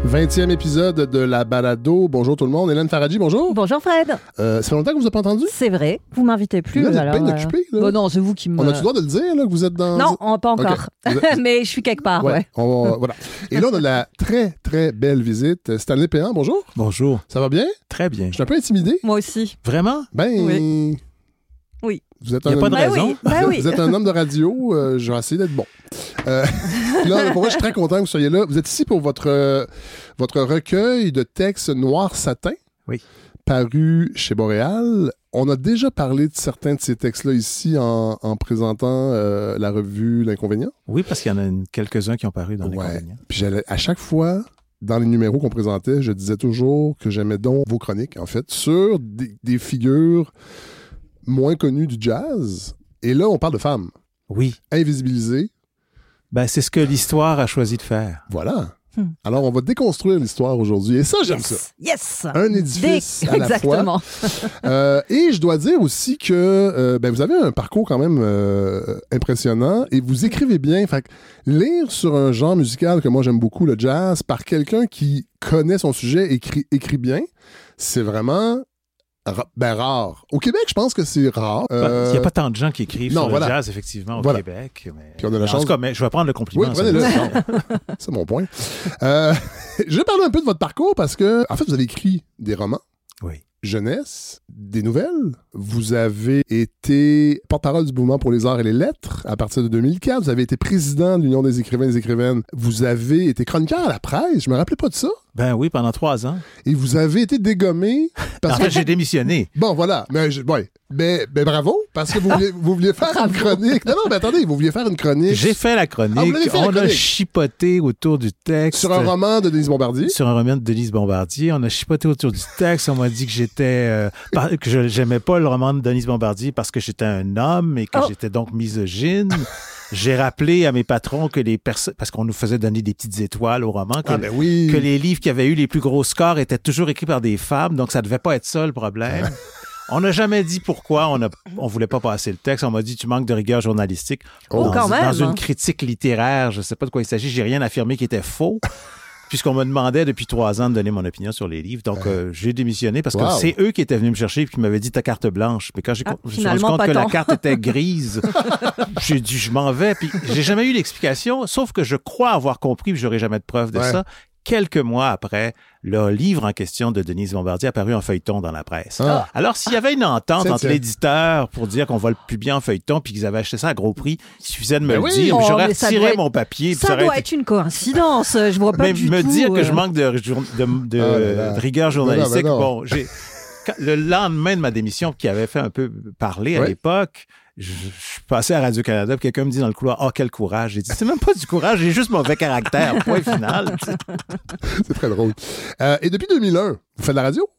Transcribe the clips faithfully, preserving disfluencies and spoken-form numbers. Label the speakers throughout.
Speaker 1: vingtième épisode de la balado. Bonjour tout le monde. Hélène Faradji, bonjour.
Speaker 2: Bonjour Fred.
Speaker 1: Euh, ça fait longtemps que vous n'avez pas entendu?
Speaker 2: C'est vrai. Vous m'invitez plus.
Speaker 1: Là, vous êtes
Speaker 2: alors,
Speaker 1: bien occupé. Là.
Speaker 2: Bon, non, c'est vous qui me...
Speaker 1: On a-tu le droit de le dire, là, que vous êtes dans...
Speaker 2: Non, on, pas encore. Okay. Êtes... Mais je suis quelque part, ouais. ouais.
Speaker 1: On, voilà. Et là, on a la très, très belle visite. Stanley Péan, bonjour.
Speaker 3: Bonjour.
Speaker 1: Ça va bien?
Speaker 3: Très bien.
Speaker 1: Je suis un peu intimidé.
Speaker 2: Moi aussi.
Speaker 3: Vraiment?
Speaker 1: Ben...
Speaker 2: Oui. Oui.
Speaker 1: Vous êtes
Speaker 3: Il n'y a
Speaker 1: un
Speaker 3: pas de
Speaker 1: homme...
Speaker 3: raison.
Speaker 2: Ben oui. Ben
Speaker 1: vous,
Speaker 2: oui.
Speaker 1: vous êtes un homme de radio. Euh, je vais essayer d'être bon. Euh, là, pour moi, je suis très content que vous soyez là. Vous êtes ici pour votre, euh, votre recueil de textes Noir Satin.
Speaker 3: Oui.
Speaker 1: Paru chez Boréal. On a déjà parlé de certains de ces textes-là ici en, en présentant euh, la revue L'Inconvénient.
Speaker 3: Oui, parce qu'il y en a une, quelques-uns qui ont paru dans
Speaker 1: ouais.
Speaker 3: L'Inconvénient.
Speaker 1: Puis j'allais, à chaque fois, dans les numéros qu'on présentait, je disais toujours que j'aimais donc vos chroniques, en fait, sur des, des figures moins connues du jazz. Et là, on parle de femmes.
Speaker 3: Oui.
Speaker 1: Invisibilisées.
Speaker 3: Ben, c'est ce que l'histoire a choisi de faire.
Speaker 1: Voilà.
Speaker 2: Hmm.
Speaker 1: Alors, on va déconstruire l'histoire aujourd'hui. Et ça, j'aime
Speaker 2: yes.
Speaker 1: ça.
Speaker 2: Yes!
Speaker 1: Un édifice
Speaker 2: Dé-
Speaker 1: à la
Speaker 2: Exactement.
Speaker 1: fois. euh, et je dois dire aussi que euh, ben, vous avez un parcours quand même euh, impressionnant et vous écrivez bien. Fait que lire sur un genre musical que moi j'aime beaucoup, le jazz, par quelqu'un qui connaît son sujet, écrit, écrit bien, c'est vraiment... Ben, rare. Au Québec, je pense que c'est rare.
Speaker 3: Euh... Il n'y a pas tant de gens qui écrivent
Speaker 1: non,
Speaker 3: sur
Speaker 1: voilà.
Speaker 3: le jazz, effectivement, au
Speaker 1: voilà.
Speaker 3: Québec. Mais...
Speaker 1: Puis on a la chance...
Speaker 3: En tout cas, mais je vais prendre le compliment.
Speaker 1: Oui, prenez-le. C'est mon point. Euh, je vais parler un peu de votre parcours parce que, en fait, vous avez écrit des romans.
Speaker 3: Oui.
Speaker 1: Jeunesse, des nouvelles. Vous avez été porte-parole du mouvement pour les arts et les lettres à partir de deux mille quatre. Vous avez été président de l'Union des écrivains et des écrivaines. Vous avez été chroniqueur à la presse. Je me rappelais pas de ça.
Speaker 3: Ben oui, pendant trois ans.
Speaker 1: Et vous avez été dégommé. Parce
Speaker 3: en fait,
Speaker 1: que...
Speaker 3: j'ai démissionné.
Speaker 1: Bon, voilà. Mais, je... ouais. mais, mais bravo, parce que vous vouliez, vous vouliez faire une chronique. Non, non, mais attendez, vous vouliez faire une chronique.
Speaker 3: J'ai fait la chronique.
Speaker 1: Ah, fait
Speaker 3: on
Speaker 1: la
Speaker 3: a
Speaker 1: chronique.
Speaker 3: chipoté autour du texte.
Speaker 1: Sur un roman de Denise Bombardier.
Speaker 3: Sur un roman de Denise Bombardier. On a chipoté autour du texte. On m'a dit que j'étais... Euh, par... que je j'aimais pas le roman de Denise Bombardier parce que j'étais un homme et que oh. j'étais donc misogyne. J'ai rappelé à mes patrons que les personnes... Parce qu'on nous faisait donner des petites étoiles au roman. Que,
Speaker 1: ah ben oui.
Speaker 3: que les livres qui avaient eu les plus gros scores étaient toujours écrits par des femmes. Donc, ça devait pas être ça, le problème. On n'a jamais dit pourquoi on ne on voulait pas passer le texte. On m'a dit, tu manques de rigueur journalistique.
Speaker 2: Oh,
Speaker 3: dans,
Speaker 2: quand même,
Speaker 3: dans
Speaker 2: hein.
Speaker 3: une critique littéraire, je ne sais pas de quoi il s'agit. J'ai rien affirmé qui était faux. Puisqu'on me demandait depuis trois ans de donner mon opinion sur les livres. Donc, euh, j'ai démissionné parce wow. que c'est eux qui étaient venus me chercher et qui m'avaient dit ta carte blanche. Mais quand j'ai,
Speaker 2: ah,
Speaker 3: je me suis rendu compte que
Speaker 2: tant.
Speaker 3: la carte était grise, j'ai dit je m'en vais. Puis j'ai jamais eu l'explication, sauf que je crois avoir compris, puis j'aurai jamais de preuve de ouais. ça. Quelques mois après, le livre en question de Denise Bombardier a paru en feuilleton dans la presse. Ah. Alors, s'il y avait une entente c'est entre c'est... l'éditeur pour dire qu'on va le publier en feuilleton puis qu'ils avaient acheté ça à gros prix, il suffisait de me ben le oui. dire. Oh, j'aurais retiré mon papier.
Speaker 2: Ça,
Speaker 3: ça
Speaker 2: doit
Speaker 3: été...
Speaker 2: être une coïncidence. Je vois pas
Speaker 3: mais
Speaker 2: du
Speaker 3: me
Speaker 2: tout.
Speaker 3: dire
Speaker 2: euh...
Speaker 3: que je manque de, de, de, de, ah, là, de rigueur journalistique. Non, non, non. Bon, j'ai... le lendemain de ma démission, qui avait fait un peu parler à oui. l'époque, je, je suis passé à Radio-Canada, puis quelqu'un me dit dans le couloir, « Ah, oh, quel courage! » J'ai dit, c'est même pas du courage, j'ai juste mauvais caractère, point final.
Speaker 1: C'est très drôle. Euh, et depuis deux mille un, vous faites de la radio?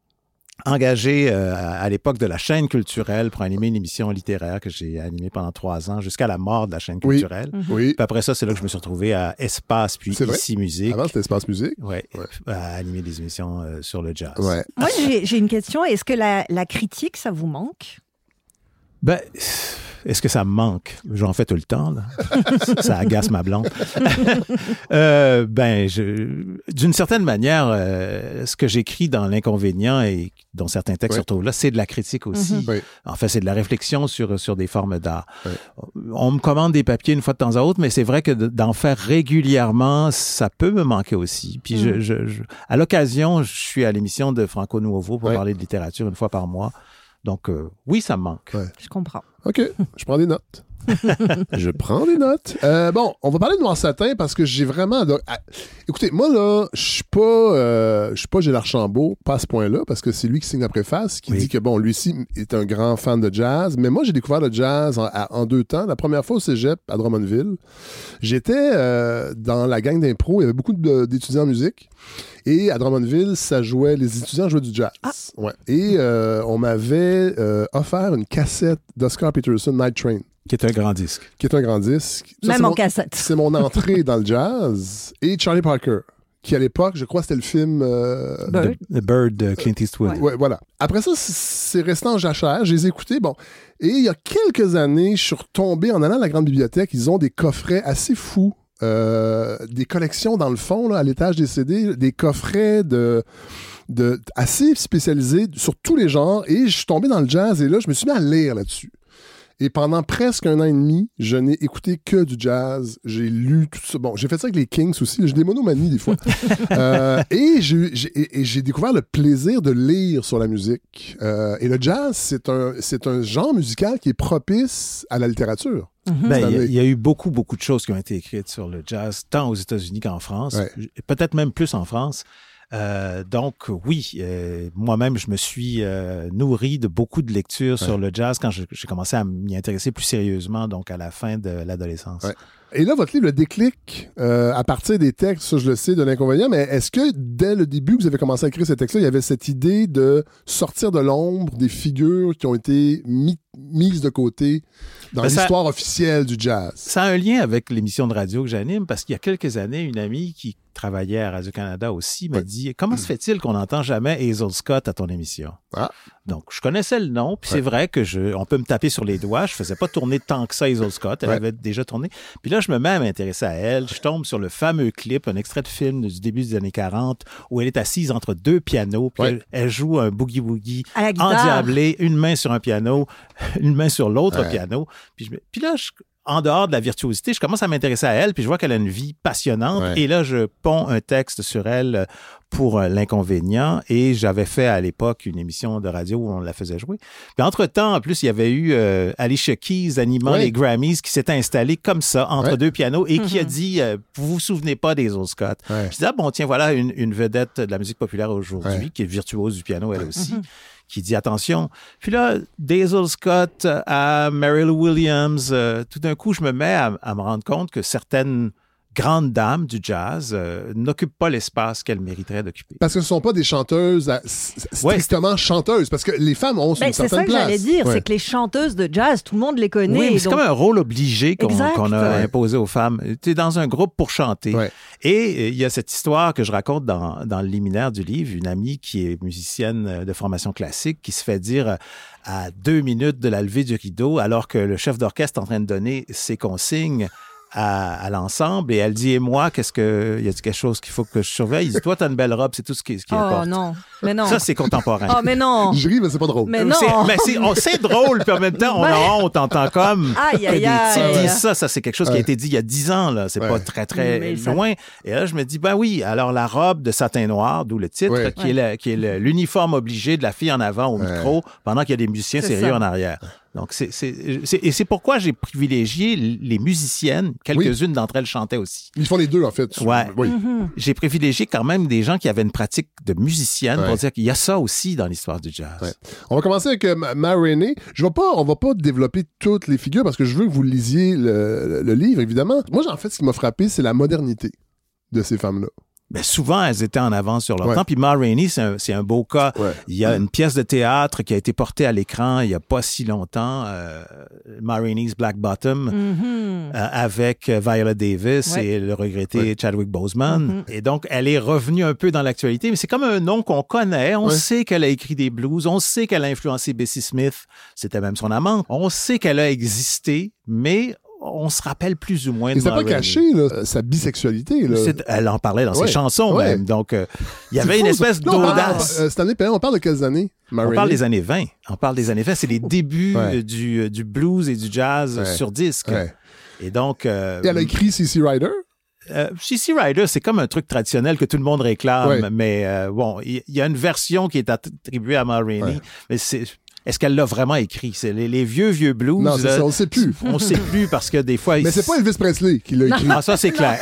Speaker 3: Engagé euh, à l'époque de la chaîne culturelle pour animer une émission littéraire que j'ai animée pendant trois ans, jusqu'à la mort de la chaîne culturelle.
Speaker 1: Oui. Mm-hmm. oui.
Speaker 3: Puis après ça, c'est là que je me suis retrouvé à Espace, puis
Speaker 1: c'est
Speaker 3: Ici
Speaker 1: vrai?
Speaker 3: Musique.
Speaker 1: Avant, c'était Espace Musique.
Speaker 3: Oui, ouais. à animer des émissions euh, sur le jazz.
Speaker 1: Ouais.
Speaker 2: Moi, j'ai, j'ai une question. Est-ce que la, la critique, ça vous manque?
Speaker 3: Ben, est-ce que ça me manque? J'en fais tout le temps, là. Ça agace ma blonde. euh, ben, je, d'une certaine manière, euh, ce que j'écris dans L'Inconvénient et dont certains textes oui. se retrouvent là, c'est de la critique aussi.
Speaker 1: Mm-hmm. Oui.
Speaker 3: En fait, c'est de la réflexion sur, sur des formes d'art.
Speaker 1: Oui.
Speaker 3: On me commande des papiers une fois de temps à autre, mais c'est vrai que d'en faire régulièrement, ça peut me manquer aussi. Puis, mm. je, je, je, à l'occasion, je suis à l'émission de Franco Nuovo pour oui. parler de littérature une fois par mois. Donc, euh, oui, ça me manque.
Speaker 1: Ouais.
Speaker 2: Je comprends.
Speaker 1: OK, je prends des notes. je prends des notes. Euh, bon, on va parler de Noir Satin parce que j'ai vraiment... Ah, écoutez, moi, là, je suis pas euh, je suis pas Gilles Archambault, pas à ce point-là, parce que c'est lui qui signe la préface, qui oui. dit que, bon, lui aussi est un grand fan de jazz. Mais moi, j'ai découvert le jazz en, en deux temps. La première fois au cégep, à Drummondville. J'étais euh, dans la gang d'impro. Il y avait beaucoup de, d'étudiants en musique. Et à Drummondville, ça jouait, les étudiants jouaient du jazz. Ah. Ouais. Et euh, on m'avait euh, offert une cassette d'Oscar Peterson, Night Train.
Speaker 3: Qui est un grand disque.
Speaker 1: Qui est un grand disque.
Speaker 2: Ça, Même en mon, cassette.
Speaker 1: C'est mon entrée dans le jazz. Et Charlie Parker, qui à l'époque, je crois, c'était le film... Euh,
Speaker 2: Bird.
Speaker 3: The, The Bird de Clint Eastwood.
Speaker 1: Ouais. ouais, voilà. Après ça, c'est resté en jachère. Je les ai écoutés. Bon. Et il y a quelques années, je suis retombé en allant à la grande bibliothèque. Ils ont des coffrets assez fous euh, des collections dans le fond, là, à l'étage des C D, des coffrets de, de, assez spécialisés sur tous les genres. Et je suis tombé dans le jazz et là, je me suis mis à lire là-dessus. Et pendant presque un an et demi, je n'ai écouté que du jazz. J'ai lu tout ça. Bon, j'ai fait ça avec les Kings aussi. J'ai des monomanies des fois. euh, et, j'ai, j'ai, et j'ai découvert le plaisir de lire sur la musique. Euh, et le jazz, c'est un, c'est un genre musical qui est propice à la littérature.
Speaker 3: Mm-hmm. Ben, il, y a, il y a eu beaucoup, beaucoup de choses qui ont été écrites sur le jazz, tant aux États-Unis qu'en France. Ouais. Peut-être même plus en France. Euh, donc, oui, euh, moi-même, je me suis euh, nourri de beaucoup de lectures ouais. sur le jazz quand je, j'ai commencé à m'y intéresser plus sérieusement, donc à la fin de l'adolescence. Ouais.
Speaker 1: Et là, votre livre, le déclic, euh, à partir des textes, ça je le sais, de l'inconvénient, mais est-ce que dès le début, vous avez commencé à écrire ces textes-là, il y avait cette idée de sortir de l'ombre des figures qui ont été mis, mises de côté dans ben l'histoire ça, officielle du jazz?
Speaker 3: Ça a un lien avec l'émission de radio que j'anime, parce qu'il y a quelques années, une amie qui travaillait à Radio-Canada aussi m'a ouais. dit « Comment se fait-il qu'on n'entend jamais Hazel Scott à ton émission? Ah. » Donc, je connaissais le nom, puis ouais. c'est vrai que je, on peut me taper sur les doigts. Je faisais pas tourner tant que ça Hazel Scott. Elle ouais. avait déjà tourné. Puis là, je me mets à m'intéresser à elle. Je tombe sur le fameux clip, un extrait de film du début des années quarante, où elle est assise entre deux pianos, puis ouais. elle, elle joue un boogie-woogie endiablé, une main sur un piano, une main sur l'autre ouais. piano. Puis, je, puis là, je... en dehors de la virtuosité, je commence à m'intéresser à elle, puis je vois qu'elle a une vie passionnante. Ouais. Et là, je ponds un texte sur elle pour l'inconvénient. Et j'avais fait à l'époque une émission de radio où on la faisait jouer. Puis entre-temps, en plus, il y avait eu euh, Alicia Keys animant ouais. les Grammys qui s'était installé comme ça, entre ouais. deux pianos, et mm-hmm. qui a dit euh, « Vous vous souvenez pas des Hazel Scott? Ouais. » Je disais « Ah bon, tiens, voilà une, une vedette de la musique populaire aujourd'hui, ouais. qui est virtuose du piano, elle aussi. Mm-hmm. » qui dit attention. Puis là, d'Hazel Scott à Mary Lou Williams, euh, tout d'un coup, je me mets à, à me rendre compte que certaines grandes dames du jazz euh, n'occupent pas l'espace qu'elles mériteraient d'occuper.
Speaker 1: Parce que ce ne sont pas des chanteuses à, strictement ouais, chanteuses, parce que les femmes ont ben, une certaine place.
Speaker 2: C'est ça que j'allais dire, ouais. c'est que les chanteuses de jazz, tout le monde les connaît.
Speaker 3: Oui, mais c'est
Speaker 2: donc...
Speaker 3: comme un rôle obligé qu'on, qu'on a ouais. imposé aux femmes. Tu es dans un groupe pour chanter. Ouais. Et il y a cette histoire que je raconte dans, dans le liminaire du livre, une amie qui est musicienne de formation classique qui se fait dire à deux minutes de la levée du rideau, alors que le chef d'orchestre est en train de donner ses consignes À, à l'ensemble, et elle dit « Et moi, qu'est-ce que... y a quelque chose qu'il faut que je surveille? » Il dit « Toi, t'as une belle robe, c'est tout ce qui, ce qui
Speaker 2: oh,
Speaker 3: importe. »
Speaker 2: Oh non, mais non.
Speaker 3: Ça, c'est contemporain.
Speaker 2: Oh, mais non.
Speaker 1: Je ris, mais c'est pas drôle.
Speaker 2: Mais non.
Speaker 3: C'est, mais c'est, on, c'est drôle, puis en même temps, on a honte, on entend comme...
Speaker 2: Aïe, aïe,
Speaker 3: aïe.
Speaker 2: aïe.
Speaker 3: Disent ça, ça, c'est quelque chose ouais. qui a été dit il y a dix ans, là. C'est ouais. pas très, très mais loin. Ça... Et là, je me dis, ben oui, alors la robe de satin noir, d'où le titre, ouais. qui, ouais. Est le, qui est le, l'uniforme obligé de la fille en avant au ouais. micro, pendant qu'il y a des musiciens c'est sérieux ça. En arrière. Donc, c'est, c'est, c'est, et c'est pourquoi j'ai privilégié les musiciennes. Quelques-unes oui. d'entre elles chantaient aussi.
Speaker 1: Ils font les deux, en fait.
Speaker 3: Ouais.
Speaker 1: Oui.
Speaker 3: Mm-hmm. J'ai privilégié quand même des gens qui avaient une pratique de musicienne ouais. pour dire qu'il y a ça aussi dans l'histoire du jazz. Ouais.
Speaker 1: On va commencer avec euh, Ma Rainey. Je vais pas, on va pas développer toutes les figures parce que je veux que vous lisiez le, le livre, évidemment. Moi, en fait, ce qui m'a frappé, c'est la modernité de ces femmes-là.
Speaker 3: Ben souvent, elles étaient en avance sur leur ouais. temps. Puis Ma Rainey, c'est un, c'est un beau cas. Ouais. Il y a une pièce de théâtre qui a été portée à l'écran il n'y a pas si longtemps, euh, Ma Rainey's Black Bottom, mm-hmm. euh, avec Viola Davis ouais. et le regretté ouais. Chadwick Boseman. Mm-hmm. Et donc, elle est revenue un peu dans l'actualité, mais c'est comme un nom qu'on connaît. On ouais. sait qu'elle a écrit des blues. On sait qu'elle a influencé Bessie Smith. C'était même son amante. On sait qu'elle a existé, mais... on se rappelle plus ou moins de
Speaker 1: Mais c'était pas caché, là, sa bisexualité. Là.
Speaker 3: C'est, elle en parlait dans ouais. ses chansons, ouais. même. Donc, euh, il y avait
Speaker 1: c'est
Speaker 3: une
Speaker 1: fou,
Speaker 3: espèce
Speaker 1: ça. Là,
Speaker 3: d'audace.
Speaker 1: Euh, cette année, on parle de quelles années? Ma
Speaker 3: on
Speaker 1: Rainey?
Speaker 3: parle des années vingt. On parle des années vingt. C'est les débuts ouais. du, du blues et du jazz ouais. sur disque. Ouais. Et donc... Euh,
Speaker 1: et elle a écrit C C Rider?
Speaker 3: Euh, C C Rider, c'est comme un truc traditionnel que tout le monde réclame, ouais. mais euh, bon, il y, y a une version qui est attribuée à Ma Rainey, ouais. mais c'est... Est-ce qu'elle l'a vraiment écrit? C'est les, les vieux, vieux blues.
Speaker 1: Non, c'est là, ça, on ne sait plus.
Speaker 3: On ne sait plus parce que des fois...
Speaker 1: Mais c'est pas Elvis Presley qui l'a écrit.
Speaker 3: Ah, ça, c'est clair.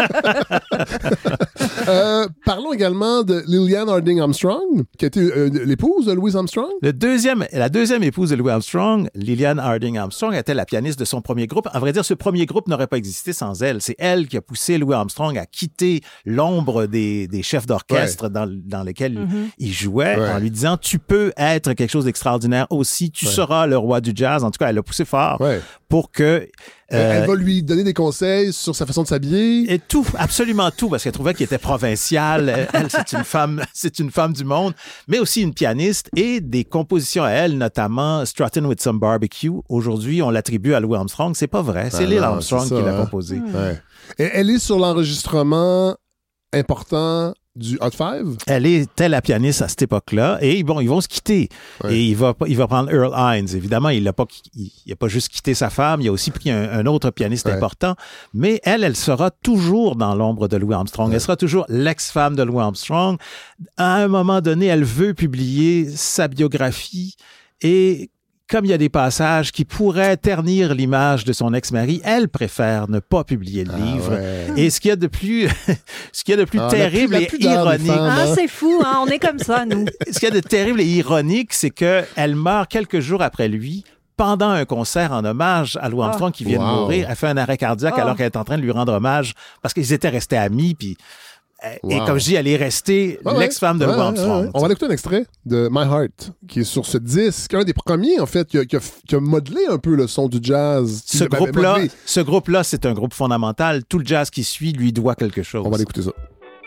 Speaker 1: euh, parlons également de Lillian Harding Armstrong, qui a été euh, l'épouse de Louis Armstrong.
Speaker 3: Le deuxième, la deuxième épouse de Louis Armstrong, Lillian Harding Armstrong, était la pianiste de son premier groupe. À vrai dire, ce premier groupe n'aurait pas existé sans elle. C'est elle qui a poussé Louis Armstrong à quitter l'ombre des, des chefs d'orchestre ouais. dans, dans lesquels mm-hmm. il jouait, ouais. en lui disant « Tu peux être quelque chose d'extraordinaire aussi, tu ouais. seras le roi du jazz. » En tout cas, elle l'a poussé fort ouais. pour que...
Speaker 1: Euh, elle va lui donner des conseils sur sa façon de s'habiller.
Speaker 3: Et tout, absolument tout, parce qu'elle trouvait qu'il était provincial. Elle, c'est une femme, c'est une femme du monde, mais aussi une pianiste et des compositions à elle, notamment Struttin' with Some Barbecue. Aujourd'hui, on l'attribue à Louis Armstrong. C'est pas vrai. C'est ah Lil Armstrong ça, qui l'a hein? composé.
Speaker 1: Mmh. Ouais. Et elle est sur l'enregistrement important du Hot Five?
Speaker 3: Elle était la pianiste à cette époque-là. Et bon, ils vont se quitter. Ouais. Et il va, il va prendre Earl Hines. Évidemment, il n'a pas, il, il a pas juste quitté sa femme, il a aussi pris un, un autre pianiste ouais. important. Mais elle, elle sera toujours dans l'ombre de Louis Armstrong. Ouais. Elle sera toujours l'ex-femme de Louis Armstrong. À un moment donné, elle veut publier sa biographie et comme il y a des passages qui pourraient ternir l'image de son ex-mari, elle préfère ne pas publier le ah livre. Ouais. Et ce qu'il y a de plus, ce qu'il y a de plus ah, terrible et ironique.
Speaker 2: Femmes, hein? Ah, c'est fou, hein? On est comme ça, nous.
Speaker 3: Ce qu'il y a de terrible et ironique, c'est qu'elle meurt quelques jours après lui, pendant un concert en hommage à Louis Armstrong oh. qui vient wow. de mourir. Elle fait un arrêt cardiaque oh. alors qu'elle est en train de lui rendre hommage parce qu'ils étaient restés amis, puis Wow. Et comme je dis, elle est restée ouais, l'ex-femme de ouais, Louis Armstrong. Ouais, ouais.
Speaker 1: On va écouter un extrait de My Heart, qui est sur ce disque, un des premiers, en fait, qui a, qui a, qui a modelé un peu le son du jazz.
Speaker 3: Ce groupe-là, ce groupe-là, c'est un groupe fondamental. Tout le jazz qui suit lui doit quelque chose.
Speaker 1: On va écouter ça.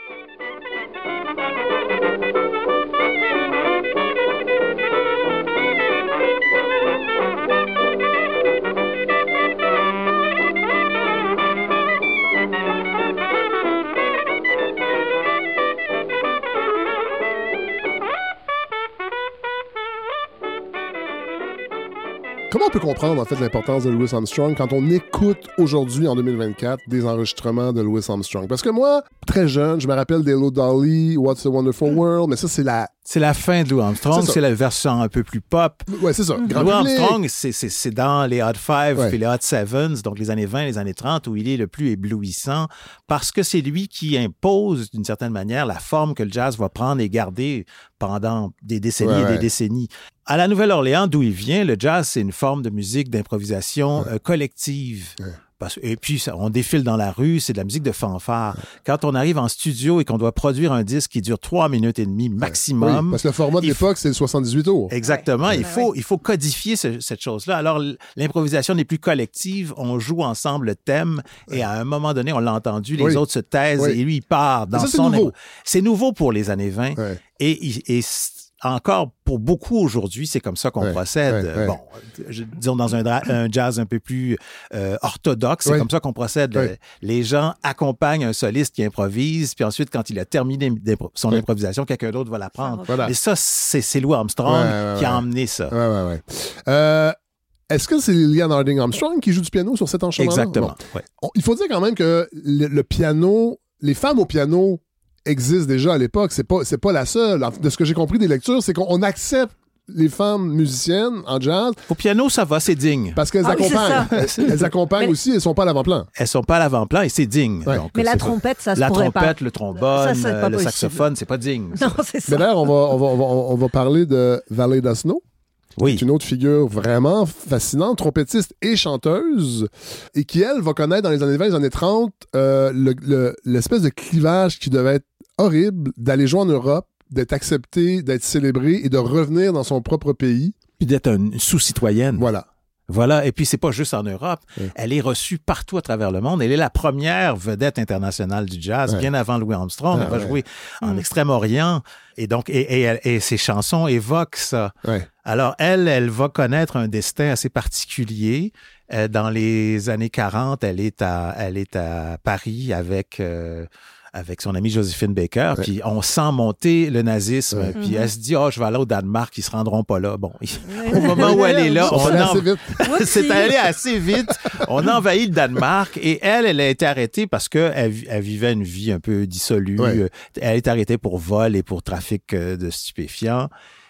Speaker 1: Comment on peut comprendre, en fait, l'importance de Louis Armstrong quand on écoute aujourd'hui, en deux mille vingt-quatre, des enregistrements de Louis Armstrong? Parce que moi, très jeune, je me rappelle d'Hello Dolly, What's a Wonderful World, mais ça, c'est la...
Speaker 3: C'est la fin de Louis Armstrong, c'est, c'est la version un peu plus pop.
Speaker 1: Ouais, c'est ça.
Speaker 3: Mmh. Louis Armstrong, c'est, c'est, c'est dans les Hot Five ouais. puis les Hot Sevens, donc les années vingt, les années trente, où il est le plus éblouissant, parce que c'est lui qui impose, d'une certaine manière, la forme que le jazz va prendre et garder pendant des décennies ouais, et des ouais. décennies. À la Nouvelle-Orléans, d'où il vient, le jazz, c'est une forme de musique d'improvisation ouais. euh, collective. Ouais. Et puis, ça, on défile dans la rue, c'est de la musique de fanfare. Ouais. Quand on arrive en studio et qu'on doit produire un disque qui dure trois minutes et demie maximum...
Speaker 1: Oui, parce que le format de l'époque, f... c'est le soixante-dix-huit tours.
Speaker 3: Exactement. Ouais. Il, faut, ouais. il faut codifier ce, cette chose-là. Alors, l'improvisation n'est plus collective. On joue ensemble le thème ouais. et à un moment donné, on l'a entendu, les oui. autres se taisent oui. et lui, il part dans
Speaker 1: ça,
Speaker 3: son...
Speaker 1: C'est nouveau.
Speaker 3: C'est nouveau pour les années vingt. Ouais. Et... et encore, pour beaucoup aujourd'hui, c'est comme ça qu'on ouais, procède. Ouais, ouais. Bon, je, disons dans un, dra- un jazz un peu plus euh, orthodoxe, c'est ouais. comme ça qu'on procède. Ouais. Les gens accompagnent un soliste qui improvise, puis ensuite, quand il a terminé son ouais. improvisation, quelqu'un d'autre va la prendre. Voilà. Mais ça, c'est, c'est Louis Armstrong ouais, ouais, qui ouais. a emmené ça.
Speaker 1: Ouais, ouais, ouais. Euh, est-ce que c'est Lillian Harding Armstrong qui joue du piano sur cet enchaînement?
Speaker 3: Exactement.
Speaker 1: Bon.
Speaker 3: Ouais.
Speaker 1: On, il faut dire quand même que le, le piano, les femmes au piano existe déjà à l'époque. C'est pas, c'est pas la seule. De ce que j'ai compris des lectures, c'est qu'on accepte les femmes musiciennes en jazz.
Speaker 3: Au piano, ça va, c'est digne.
Speaker 1: Parce qu'elles ah, accompagnent. Oui, elles, elles accompagnent mais... aussi, elles sont pas à l'avant-plan.
Speaker 3: Elles sont pas à l'avant-plan et c'est digne. Ouais. Donc,
Speaker 2: mais la trompette, ça se
Speaker 3: la
Speaker 2: pourrait
Speaker 3: trompette,
Speaker 2: pas.
Speaker 3: Le trombone,
Speaker 2: ça, pas
Speaker 3: le
Speaker 2: possible.
Speaker 3: Saxophone, c'est pas digne.
Speaker 2: Non, c'est ça.
Speaker 1: Mais d'ailleurs, on va, on va, on va, on va parler de Valeda Snow.
Speaker 3: Oui.
Speaker 1: C'est une autre figure vraiment fascinante, trompettiste et chanteuse, et qui, elle, va connaître dans les années vingt, les années trente, euh, le, le, l'espèce de clivage qui devait être horrible d'aller jouer en Europe, d'être accepté, d'être célébré et de revenir dans son propre pays.
Speaker 3: Puis d'être une sous-citoyenne.
Speaker 1: Voilà.
Speaker 3: Voilà, et puis c'est pas juste en Europe.
Speaker 1: Ouais.
Speaker 3: Elle est reçue partout à travers le monde. Elle est la première vedette internationale du jazz, ouais. bien avant Louis Armstrong. Ah, elle va ouais. jouer en mmh. Extrême-Orient. Et donc, et, et, et ses chansons évoquent ça.
Speaker 1: Ouais.
Speaker 3: Alors, elle, elle va connaître un destin assez particulier. Euh, dans les années quarante, elle est à, elle est à Paris avec... Euh, avec son amie Joséphine Baker, ouais. puis on sent monter le nazisme, ouais. puis mm-hmm. elle se dit « Oh, je vais aller au Danemark, ils se rendront pas là. » Bon, au moment où elle est là, on a...
Speaker 1: assez vite.
Speaker 3: c'est allé assez vite. On a envahi le Danemark et elle, elle a été arrêtée parce qu'elle elle vivait une vie un peu dissolue. Ouais. Elle est arrêtée pour vol et pour trafic de stupéfiants.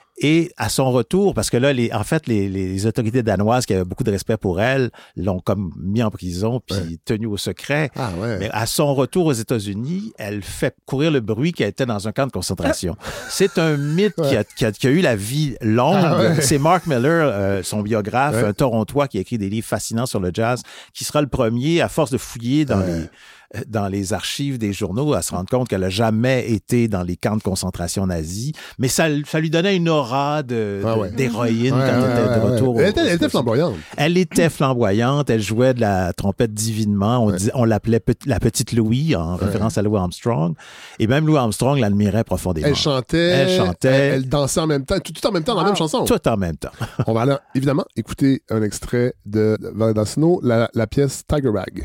Speaker 3: Et à son retour, parce que là, les, en fait, les, les autorités danoises qui avaient beaucoup de respect pour elle l'ont comme mis en prison puis ouais. tenue au secret.
Speaker 1: Ah ouais.
Speaker 3: Mais à son retour aux États-Unis, elle fait courir le bruit qu'elle était dans un camp de concentration. C'est un mythe ouais. qui, a, qui, a, qui a eu la vie longue. Ah ouais. C'est Mark Miller, euh, son biographe, ouais. un Torontois qui a écrit des livres fascinants sur le jazz, qui sera le premier, à force de fouiller dans ouais. les... dans les archives des journaux à se rendre compte qu'elle a jamais été dans les camps de concentration nazis, mais ça, ça lui donnait une aura de,
Speaker 1: Ah
Speaker 3: de-
Speaker 1: ouais.
Speaker 3: d'héroïne
Speaker 1: Ouais,
Speaker 3: quand
Speaker 1: ouais,
Speaker 3: elle était de
Speaker 1: ouais,
Speaker 3: retour.
Speaker 1: ouais. Elle
Speaker 3: au-
Speaker 1: était, elle était flamboyante.
Speaker 3: Elle était flamboyante, elle jouait de la trompette divinement. On,
Speaker 1: Ouais.
Speaker 3: dis- on l'appelait pe- la petite Louis, en
Speaker 1: Ouais.
Speaker 3: référence à Louis Armstrong. Et même Louis Armstrong l'admirait profondément.
Speaker 1: Elle chantait.
Speaker 3: Elle chantait.
Speaker 1: Elle, elle dansait en même temps. Tout, tout en même temps dans la
Speaker 2: Wow.
Speaker 1: même chanson.
Speaker 3: Tout en même temps.
Speaker 1: On va aller, évidemment, écouter un extrait de Valentino, la, la pièce Tiger Rag.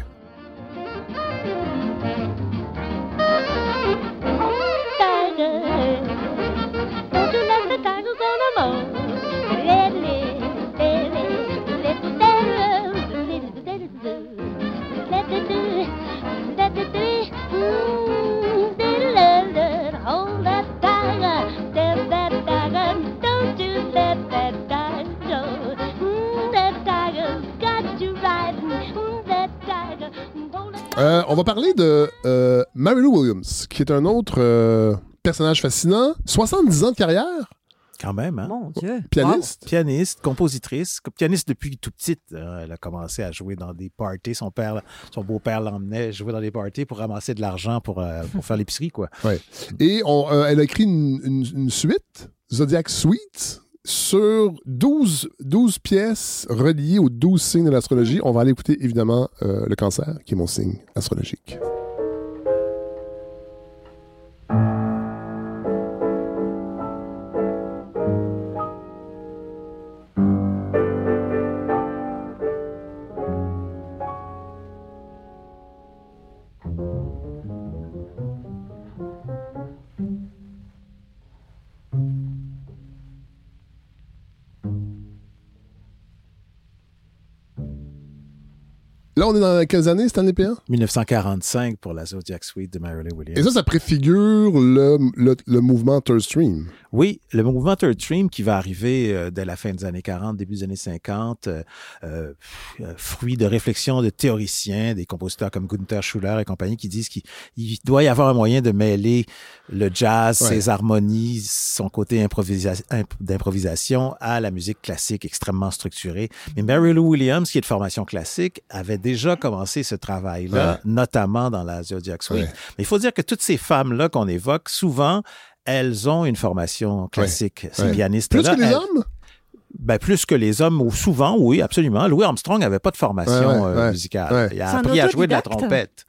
Speaker 1: Euh, on va parler de euh, Mary Lou Williams, qui est un autre euh, personnage fascinant. soixante-dix ans de carrière,
Speaker 3: Quand même, hein?
Speaker 2: Mon Dieu.
Speaker 1: pianiste.
Speaker 3: Pianiste, compositrice, pianiste depuis tout petite. Euh, elle a commencé à jouer dans des parties. Son père, son beau-père l'emmenait jouer dans des parties pour ramasser de l'argent pour, euh, pour faire l'épicerie, quoi.
Speaker 1: Ouais. Et on, euh, elle a écrit une, une- une suite, Zodiac Suite, sur douze, douze pièces reliées aux douze signes de l'astrologie. On va aller écouter, évidemment, euh, le cancer, qui est mon signe astrologique. Là, on est dans quelles années, Stanley P un?
Speaker 3: dix-neuf cent quarante-cinq pour la Zodiac Suite de Mary Lou Williams.
Speaker 1: Et ça, ça préfigure le, le, le mouvement Third Stream.
Speaker 3: Oui, le mouvement Third Stream qui va arriver euh, dès la fin des années quarante, début des années cinquante, euh, euh, fruit de réflexions de théoriciens, des compositeurs comme Gunther Schuller et compagnie qui disent qu'il il doit y avoir un moyen de mêler le jazz,
Speaker 1: Ouais.
Speaker 3: ses harmonies, son côté improvisa- imp- d'improvisation à la musique classique extrêmement structurée. Mais Mary Lou Williams, qui est de formation classique, avait déjà commencé ce travail-là,
Speaker 1: Ouais.
Speaker 3: notamment dans la Zodiac Suite.
Speaker 1: Ouais.
Speaker 3: Mais il faut dire que toutes ces femmes-là qu'on évoque, souvent, elles ont une formation classique, ces
Speaker 1: Ouais.
Speaker 3: pianistes-là.
Speaker 1: Plus que les
Speaker 3: elles-
Speaker 1: hommes?
Speaker 3: Ben, plus que les hommes, ou souvent, oui, absolument. Louis Armstrong n'avait pas de formation
Speaker 1: Ouais, ouais,
Speaker 3: euh,
Speaker 1: ouais.
Speaker 3: musicale.
Speaker 1: Ouais.
Speaker 3: Il a
Speaker 2: C'est un
Speaker 3: appris à jouer de la
Speaker 2: autodidacte.
Speaker 3: trompette.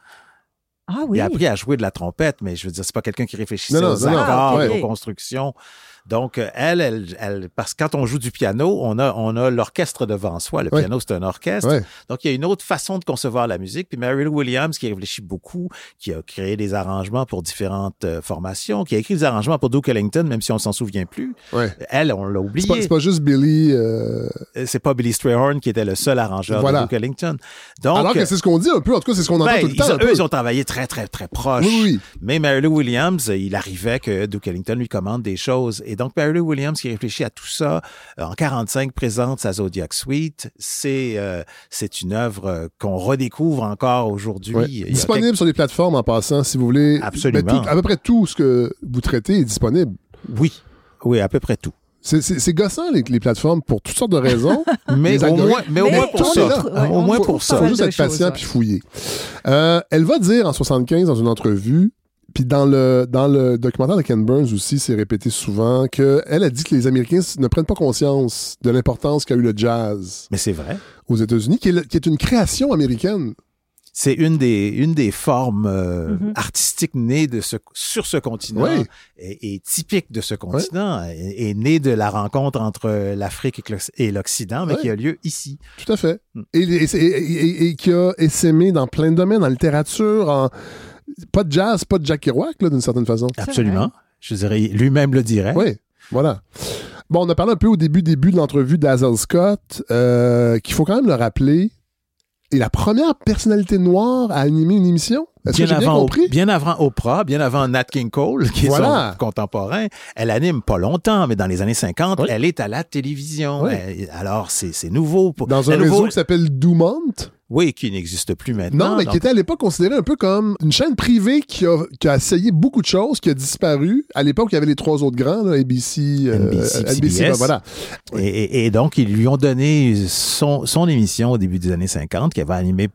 Speaker 2: Ah oui.
Speaker 3: Il a appris à jouer de la trompette, mais je veux dire, c'est pas quelqu'un qui réfléchissait
Speaker 1: Non, non,
Speaker 3: aux
Speaker 1: non, non.
Speaker 3: accords,
Speaker 2: Ah,
Speaker 3: et
Speaker 2: ok.
Speaker 3: aux constructions. Donc, euh, elle, elle, elle, parce que quand on joue du piano, on a, on a l'orchestre devant soi. Le
Speaker 1: Ouais.
Speaker 3: piano, c'est un orchestre.
Speaker 1: Ouais.
Speaker 3: Donc, il y a une autre façon de concevoir la musique. Puis Mary Lou Williams, qui réfléchit beaucoup, qui a créé des arrangements pour différentes euh, formations, qui a écrit des arrangements pour Duke Ellington, même si on s'en souvient plus.
Speaker 1: Ouais.
Speaker 3: Elle, on l'a
Speaker 1: C'est
Speaker 3: oublié.
Speaker 1: pas, c'est pas juste Billy. euh,
Speaker 3: Euh, C'est pas Billy Strayhorn qui était le seul arrangeur
Speaker 1: Voilà.
Speaker 3: de Duke Ellington. Donc,
Speaker 1: Alors que c'est ce qu'on dit un peu. En tout cas, c'est ce qu'on entend
Speaker 3: ben,
Speaker 1: tout le
Speaker 3: ils,
Speaker 1: temps. un
Speaker 3: eux,
Speaker 1: peu.
Speaker 3: ils ont travaillé très, très, très proches.
Speaker 1: Oui, oui, oui.
Speaker 3: Mais Mary Lou Williams, il arrivait que Duke Ellington lui commande des choses. Et donc, Mary Lou Williams, qui réfléchit à tout ça, euh, en quarante-cinq, présente sa Zodiac Suite. C'est euh, c'est une œuvre euh, qu'on redécouvre encore aujourd'hui.
Speaker 1: Ouais.
Speaker 3: Il y a
Speaker 1: Disponible
Speaker 3: quelques-
Speaker 1: sur les plateformes en passant, si vous voulez.
Speaker 3: Absolument.
Speaker 1: Ben, tout- à peu près tout ce que vous traitez est disponible.
Speaker 3: Oui, oui, à peu près tout.
Speaker 1: C'est, c'est, c'est gossant, les, les plateformes, pour toutes sortes de raisons.
Speaker 3: Mais
Speaker 1: Les
Speaker 3: au
Speaker 1: algorithmes.
Speaker 3: moins, mais au
Speaker 2: Mais
Speaker 3: moins pour
Speaker 2: on
Speaker 3: ça.
Speaker 2: est là. Ouais,
Speaker 3: au
Speaker 2: on
Speaker 3: moins
Speaker 2: faut-
Speaker 3: pour
Speaker 1: Il
Speaker 3: ça.
Speaker 1: faut
Speaker 2: Pas
Speaker 1: juste
Speaker 2: mal
Speaker 1: être
Speaker 2: de
Speaker 1: patient
Speaker 2: choses,
Speaker 1: puis fouiller. Euh, elle va dire en soixante-quinze dans une entrevue, puis dans le, dans le documentaire de Ken Burns aussi, c'est répété souvent, qu'elle a dit que les Américains ne prennent pas conscience de l'importance qu'a eu le jazz
Speaker 3: Mais c'est vrai.
Speaker 1: aux États-Unis, qui est, le- qui est une création américaine.
Speaker 3: C'est une des, une des formes euh,
Speaker 2: Mhm.
Speaker 3: artistiques nées de ce, sur ce continent
Speaker 1: Oui.
Speaker 3: et, et typique de ce continent, et, et née de la rencontre entre l'Afrique et l'Oc- et l'Occident, mais
Speaker 1: Ouais.
Speaker 3: qui a lieu ici.
Speaker 1: Tout à fait.
Speaker 3: Mm.
Speaker 1: Et, et, et- et- et qui a essaimé dans plein de domaines, en littérature, en... Pas de jazz, pas de Jack Kerouac, là, d'une certaine façon.
Speaker 3: Absolument. Je dirais, lui-même le dirait.
Speaker 1: Oui, voilà. Bon, on a parlé un peu au début, début de l'entrevue d'Hazel Scott, euh, qu'il faut quand même le rappeler, est la première personnalité noire à animer une émission. Est-ce
Speaker 3: Bien
Speaker 1: que j'ai bien
Speaker 3: avant,
Speaker 1: compris?
Speaker 3: bien avant Oprah, bien avant Nat King Cole, qui est
Speaker 1: Voilà.
Speaker 3: son contemporain, elle anime pas longtemps, mais dans les années cinquante,
Speaker 1: Oui.
Speaker 3: elle est à la télévision.
Speaker 1: Oui.
Speaker 3: Elle- alors, c'est c'est nouveau. Pour,
Speaker 1: Dans
Speaker 3: c'est
Speaker 1: un
Speaker 3: nouveau-
Speaker 1: réseau qui s'appelle Dumont.
Speaker 3: Oui, qui n'existe plus maintenant.
Speaker 1: Non, mais
Speaker 3: donc-
Speaker 1: qui était à l'époque considéré un peu comme une chaîne privée qui a, qui a essayé beaucoup de choses, qui a disparu. À l'époque, il y avait les trois autres grands, là, A B C, euh,
Speaker 3: N B C,
Speaker 1: N B C,
Speaker 3: C B S.
Speaker 1: ben voilà.
Speaker 3: Et, et- et donc, ils lui ont donné son, son émission au début des années cinquante, qu'elle va animer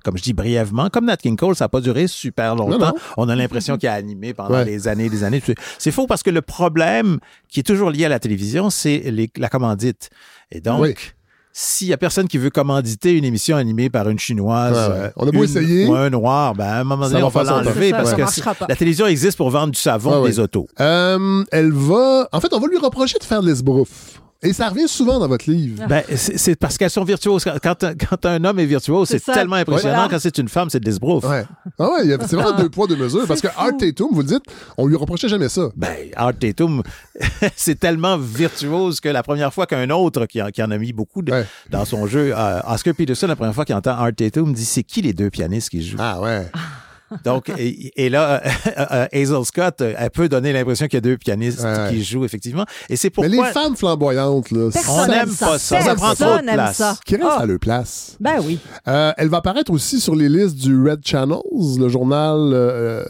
Speaker 3: comme je dis brièvement. Comme Nat King Cole, ça n'a pas duré super longtemps.
Speaker 1: Non, non.
Speaker 3: On a l'impression qu'il a animé pendant
Speaker 1: Ouais.
Speaker 3: des années et des années. C'est faux parce que le problème qui est toujours lié à la télévision, c'est les, la commandite. Et donc,
Speaker 1: Oui.
Speaker 3: s'il y a personne qui veut commanditer une émission animée par une Chinoise
Speaker 1: Ouais, ouais.
Speaker 3: euh,
Speaker 1: On a beau
Speaker 3: une-
Speaker 1: essayer.
Speaker 3: ou un noir, ben, à un moment
Speaker 1: Ça
Speaker 3: donné,
Speaker 1: va
Speaker 3: on va
Speaker 1: faire son
Speaker 3: l'enlever
Speaker 2: temps.
Speaker 3: parce
Speaker 2: Ça
Speaker 3: que
Speaker 2: marchera
Speaker 3: c'est-
Speaker 2: pas.
Speaker 3: la télévision existe pour vendre du savon,
Speaker 1: Ouais,
Speaker 3: des
Speaker 1: ouais.
Speaker 3: autos.
Speaker 1: Euh, elle va... En fait, on va lui reprocher de faire de l'esbrouf. Et ça revient souvent dans votre livre.
Speaker 3: Ben, c'est c'est parce qu'elles sont virtuoses. Quand, quand, un- quand un homme est virtuose, c'est
Speaker 2: C'est ça.
Speaker 3: tellement impressionnant.
Speaker 2: Ouais.
Speaker 3: Quand c'est une femme, c'est de l'esbrouf.
Speaker 1: Ouais. Ah ouais, il y a- c'est vraiment deux poids, deux mesures. Parce que Art Tatum, vous le dites, on lui reprochait jamais ça.
Speaker 3: Ben, Art Tatum, c'est tellement virtuose que la première fois qu'un autre qui, en- qui en a mis beaucoup de-
Speaker 1: Ouais.
Speaker 3: dans son jeu, euh, Oscar Peterson, la première fois qu'il entend Art Tatum, dit c'est qui les deux pianistes qui jouent?
Speaker 1: Ah ouais.
Speaker 3: Donc, et, et là, euh, euh, Hazel Scott, euh, elle peut donner l'impression qu'il y a deux pianistes
Speaker 1: Ouais, ouais.
Speaker 3: qui jouent, effectivement. Et c'est
Speaker 1: Mais
Speaker 3: pourquoi
Speaker 1: les femmes flamboyantes, là,
Speaker 2: Personne
Speaker 3: on
Speaker 1: ça-
Speaker 3: n'aime pas ça. Ça prend trop
Speaker 2: Personne
Speaker 3: de
Speaker 2: n'aime
Speaker 3: place.
Speaker 2: ça.
Speaker 1: qui reste
Speaker 2: Ah.
Speaker 1: à leur place.
Speaker 2: Ben oui.
Speaker 1: Euh, elle va apparaître aussi sur les listes du Red Channels, le journal euh,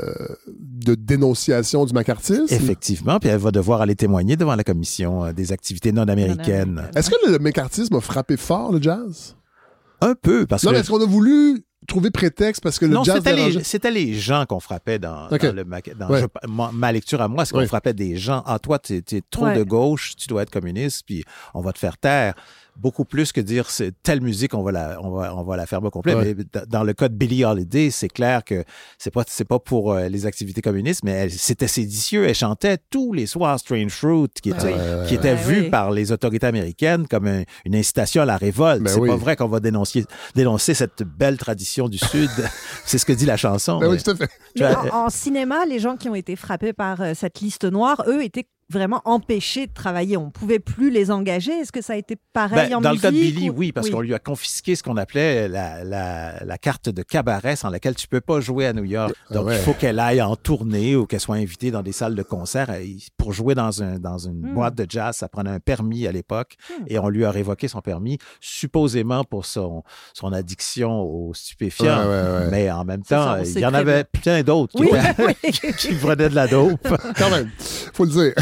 Speaker 1: de dénonciation du macartisme.
Speaker 3: Effectivement, puis elle va devoir aller témoigner devant la commission euh, des activités non américaines.
Speaker 2: Non-américaines.
Speaker 1: Est-ce que le macartisme a frappé fort le jazz?
Speaker 3: Un peu, parce
Speaker 1: Non,
Speaker 3: que...
Speaker 1: mais est-ce qu'on a voulu trouver prétexte parce que le
Speaker 3: non,
Speaker 1: jazz
Speaker 3: c'était
Speaker 1: dérangeait?
Speaker 3: les, c'était les gens qu'on frappait dans,
Speaker 1: Ok.
Speaker 3: dans le maca- dans
Speaker 1: Ouais.
Speaker 3: je- ma, ma lecture à moi, c'est qu'on
Speaker 1: Ouais.
Speaker 3: frappait des gens. Ah, toi, t'es, t'es trop
Speaker 2: Ouais.
Speaker 3: de gauche, tu dois être communiste, puis on va te faire taire. Beaucoup plus que dire c'est telle musique, on va la, on va, on va la faire au complet.
Speaker 1: Ouais.
Speaker 3: Mais d- dans le cas de Billie Holiday, c'est clair que c'est pas, c'est pas pour euh, les activités communistes, mais elle, c'était séditieux. Elle chantait tous les soirs Strange Fruit, qui était,
Speaker 1: Ouais.
Speaker 3: qui était
Speaker 2: Ouais,
Speaker 3: vu
Speaker 2: oui.
Speaker 3: par les autorités américaines comme un- une incitation à la révolte.
Speaker 1: Ben
Speaker 3: c'est
Speaker 1: oui.
Speaker 3: pas vrai qu'on va dénoncer, dénoncer cette belle tradition du Sud. C'est ce que dit la chanson.
Speaker 1: Ben oui,
Speaker 3: mais-
Speaker 1: tout à fait.
Speaker 3: Tu
Speaker 2: Mais
Speaker 3: vois,
Speaker 2: en, en cinéma, les gens qui ont été frappés par euh, cette liste noire, eux, étaient vraiment empêchés de travailler. On ne pouvait plus les engager. Est-ce que ça a été pareil
Speaker 3: Ben,
Speaker 2: en
Speaker 3: dans
Speaker 2: musique?
Speaker 3: le cas de Billy,
Speaker 2: ou-
Speaker 3: oui, parce qu'on lui a confisqué ce qu'on appelait la, la, la carte de cabaret sans laquelle tu peux pas jouer à New York. Donc,
Speaker 1: Ah ouais.
Speaker 3: il faut qu'elle aille en tournée ou qu'elle soit invitée dans des salles de concert. Et pour jouer dans, un, dans une
Speaker 2: Hmm.
Speaker 3: boîte de jazz, ça prenait un permis à l'époque
Speaker 2: Hmm.
Speaker 3: et on lui a révoqué son permis, supposément pour son, son addiction aux stupéfiants.
Speaker 1: Ouais, ouais, ouais.
Speaker 3: Mais en même
Speaker 2: C'est
Speaker 3: temps,
Speaker 2: ça, on
Speaker 3: il
Speaker 2: sait
Speaker 3: y en
Speaker 2: très
Speaker 3: avait plein d'autres qui,
Speaker 2: Oui,
Speaker 3: prenaient-
Speaker 2: oui.
Speaker 3: qui prenaient de la dope.
Speaker 1: Quand même, faut le dire.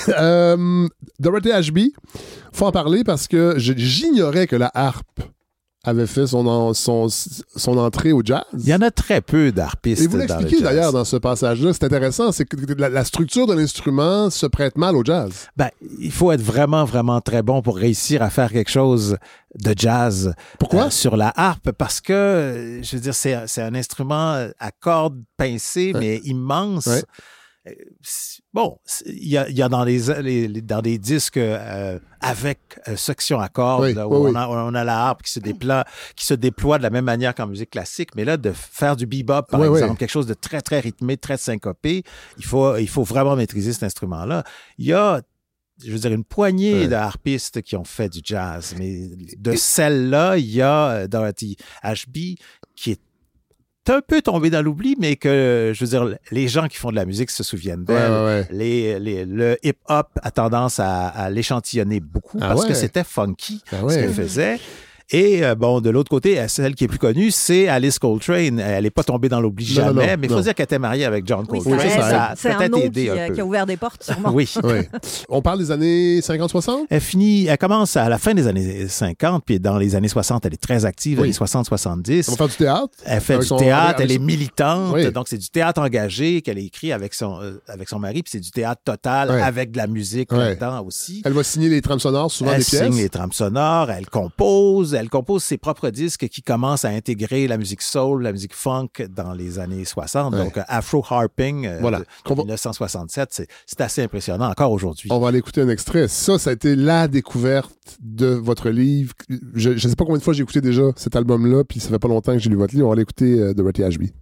Speaker 1: euh, Dorothy Ashby, faut en parler parce que je- j'ignorais que la harpe avait fait son, en- son, son entrée au jazz.
Speaker 3: Il y en a très peu d'harpistes
Speaker 1: Et vous
Speaker 3: dans le
Speaker 1: l'expliquez
Speaker 3: jazz.
Speaker 1: d'ailleurs dans ce passage-là, c'est intéressant, c'est que la, la structure de l'instrument se prête mal au jazz.
Speaker 3: Ben, il faut être vraiment, vraiment très bon pour réussir à faire quelque chose de jazz.
Speaker 1: Pourquoi?
Speaker 3: euh, sur la harpe, parce que, euh, je veux dire, c'est, c'est un instrument à cordes pincées,
Speaker 1: Ouais.
Speaker 3: mais immense.
Speaker 1: Ouais.
Speaker 3: Euh, c'est- Bon, c'est- il y a, il y a dans, les, les- les- dans des disques euh, avec euh, section à cordes,
Speaker 1: Oui,
Speaker 3: là, où
Speaker 1: oui,
Speaker 3: on,
Speaker 1: oui.
Speaker 3: a, on a la harpe qui se déploie, qui se déploie de la même manière qu'en musique classique, mais là, de faire du bebop, par
Speaker 1: Oui, oui.
Speaker 3: exemple, quelque chose de très, très rythmé, très syncopé, il faut, il faut vraiment maîtriser cet instrument-là. Il y a je veux dire, une poignée
Speaker 1: Ouais.
Speaker 3: de harpistes qui ont fait du jazz, mais de celle-là, il y a euh, Dorothy Ashby qui est un peu tombée dans l'oubli, mais que, je veux dire, les gens qui font de la musique se souviennent
Speaker 1: Ouais,
Speaker 3: d'elle.
Speaker 1: ouais, ouais.
Speaker 3: Les, les- le hip-hop a tendance à, à l'échantillonner beaucoup
Speaker 1: Ah
Speaker 3: parce
Speaker 1: ouais.
Speaker 3: que c'était funky
Speaker 1: Ah
Speaker 3: ce
Speaker 1: ouais.
Speaker 3: qu'elle faisait. Et euh, bon, de l'autre côté, celle qui est plus connue, c'est Alice Coltrane. Elle n'est pas tombée dans l'oubli
Speaker 1: Non, non,
Speaker 3: jamais,
Speaker 1: non,
Speaker 3: mais il faut
Speaker 1: non.
Speaker 3: dire qu'elle était mariée avec John
Speaker 2: Oui,
Speaker 3: Coltrane.
Speaker 1: ça
Speaker 2: ça,
Speaker 1: aide.
Speaker 3: ça a
Speaker 2: c'est un
Speaker 3: peut-être
Speaker 2: nom
Speaker 3: aidé
Speaker 2: qui,
Speaker 3: un
Speaker 2: euh,
Speaker 3: peu.
Speaker 2: qui a ouvert des portes, sûrement.
Speaker 3: Oui.
Speaker 1: Oui. On parle des années cinquante soixante?
Speaker 3: Elle finit, elle commence à la fin des années cinquante, puis dans les années soixante, elle est très active,
Speaker 1: Oui.
Speaker 3: années soixante soixante-dix.
Speaker 1: On va faire du théâtre?
Speaker 3: Elle fait
Speaker 1: Avec
Speaker 3: du
Speaker 1: son-
Speaker 3: théâtre,
Speaker 1: avec
Speaker 3: elle est
Speaker 1: son-
Speaker 3: militante,
Speaker 1: Oui.
Speaker 3: donc c'est du théâtre engagé qu'elle a écrit avec son, euh, avec son mari, puis c'est du théâtre total
Speaker 1: Ouais.
Speaker 3: avec de la musique
Speaker 1: Ouais.
Speaker 3: là-dedans aussi.
Speaker 1: Elle va signer les trames sonores, souvent
Speaker 3: Elle
Speaker 1: des pièces.
Speaker 3: signe les trames sonores, elle compose, elle compose ses propres disques qui commencent à intégrer la musique soul, la musique funk dans les années soixante.
Speaker 1: Ouais.
Speaker 3: Donc euh, Afro Harping euh,
Speaker 1: Voilà.
Speaker 3: de,
Speaker 1: Qu'on va-
Speaker 3: mille neuf cent soixante-sept, c'est, c'est assez impressionnant encore aujourd'hui.
Speaker 1: On va aller écouter un extrait. Ça, ça a été la découverte de votre livre. Je ne sais pas combien de fois j'ai écouté déjà cet album-là, puis ça fait pas longtemps que j'ai lu votre livre. On va aller écouter euh, Dorothy Ashby.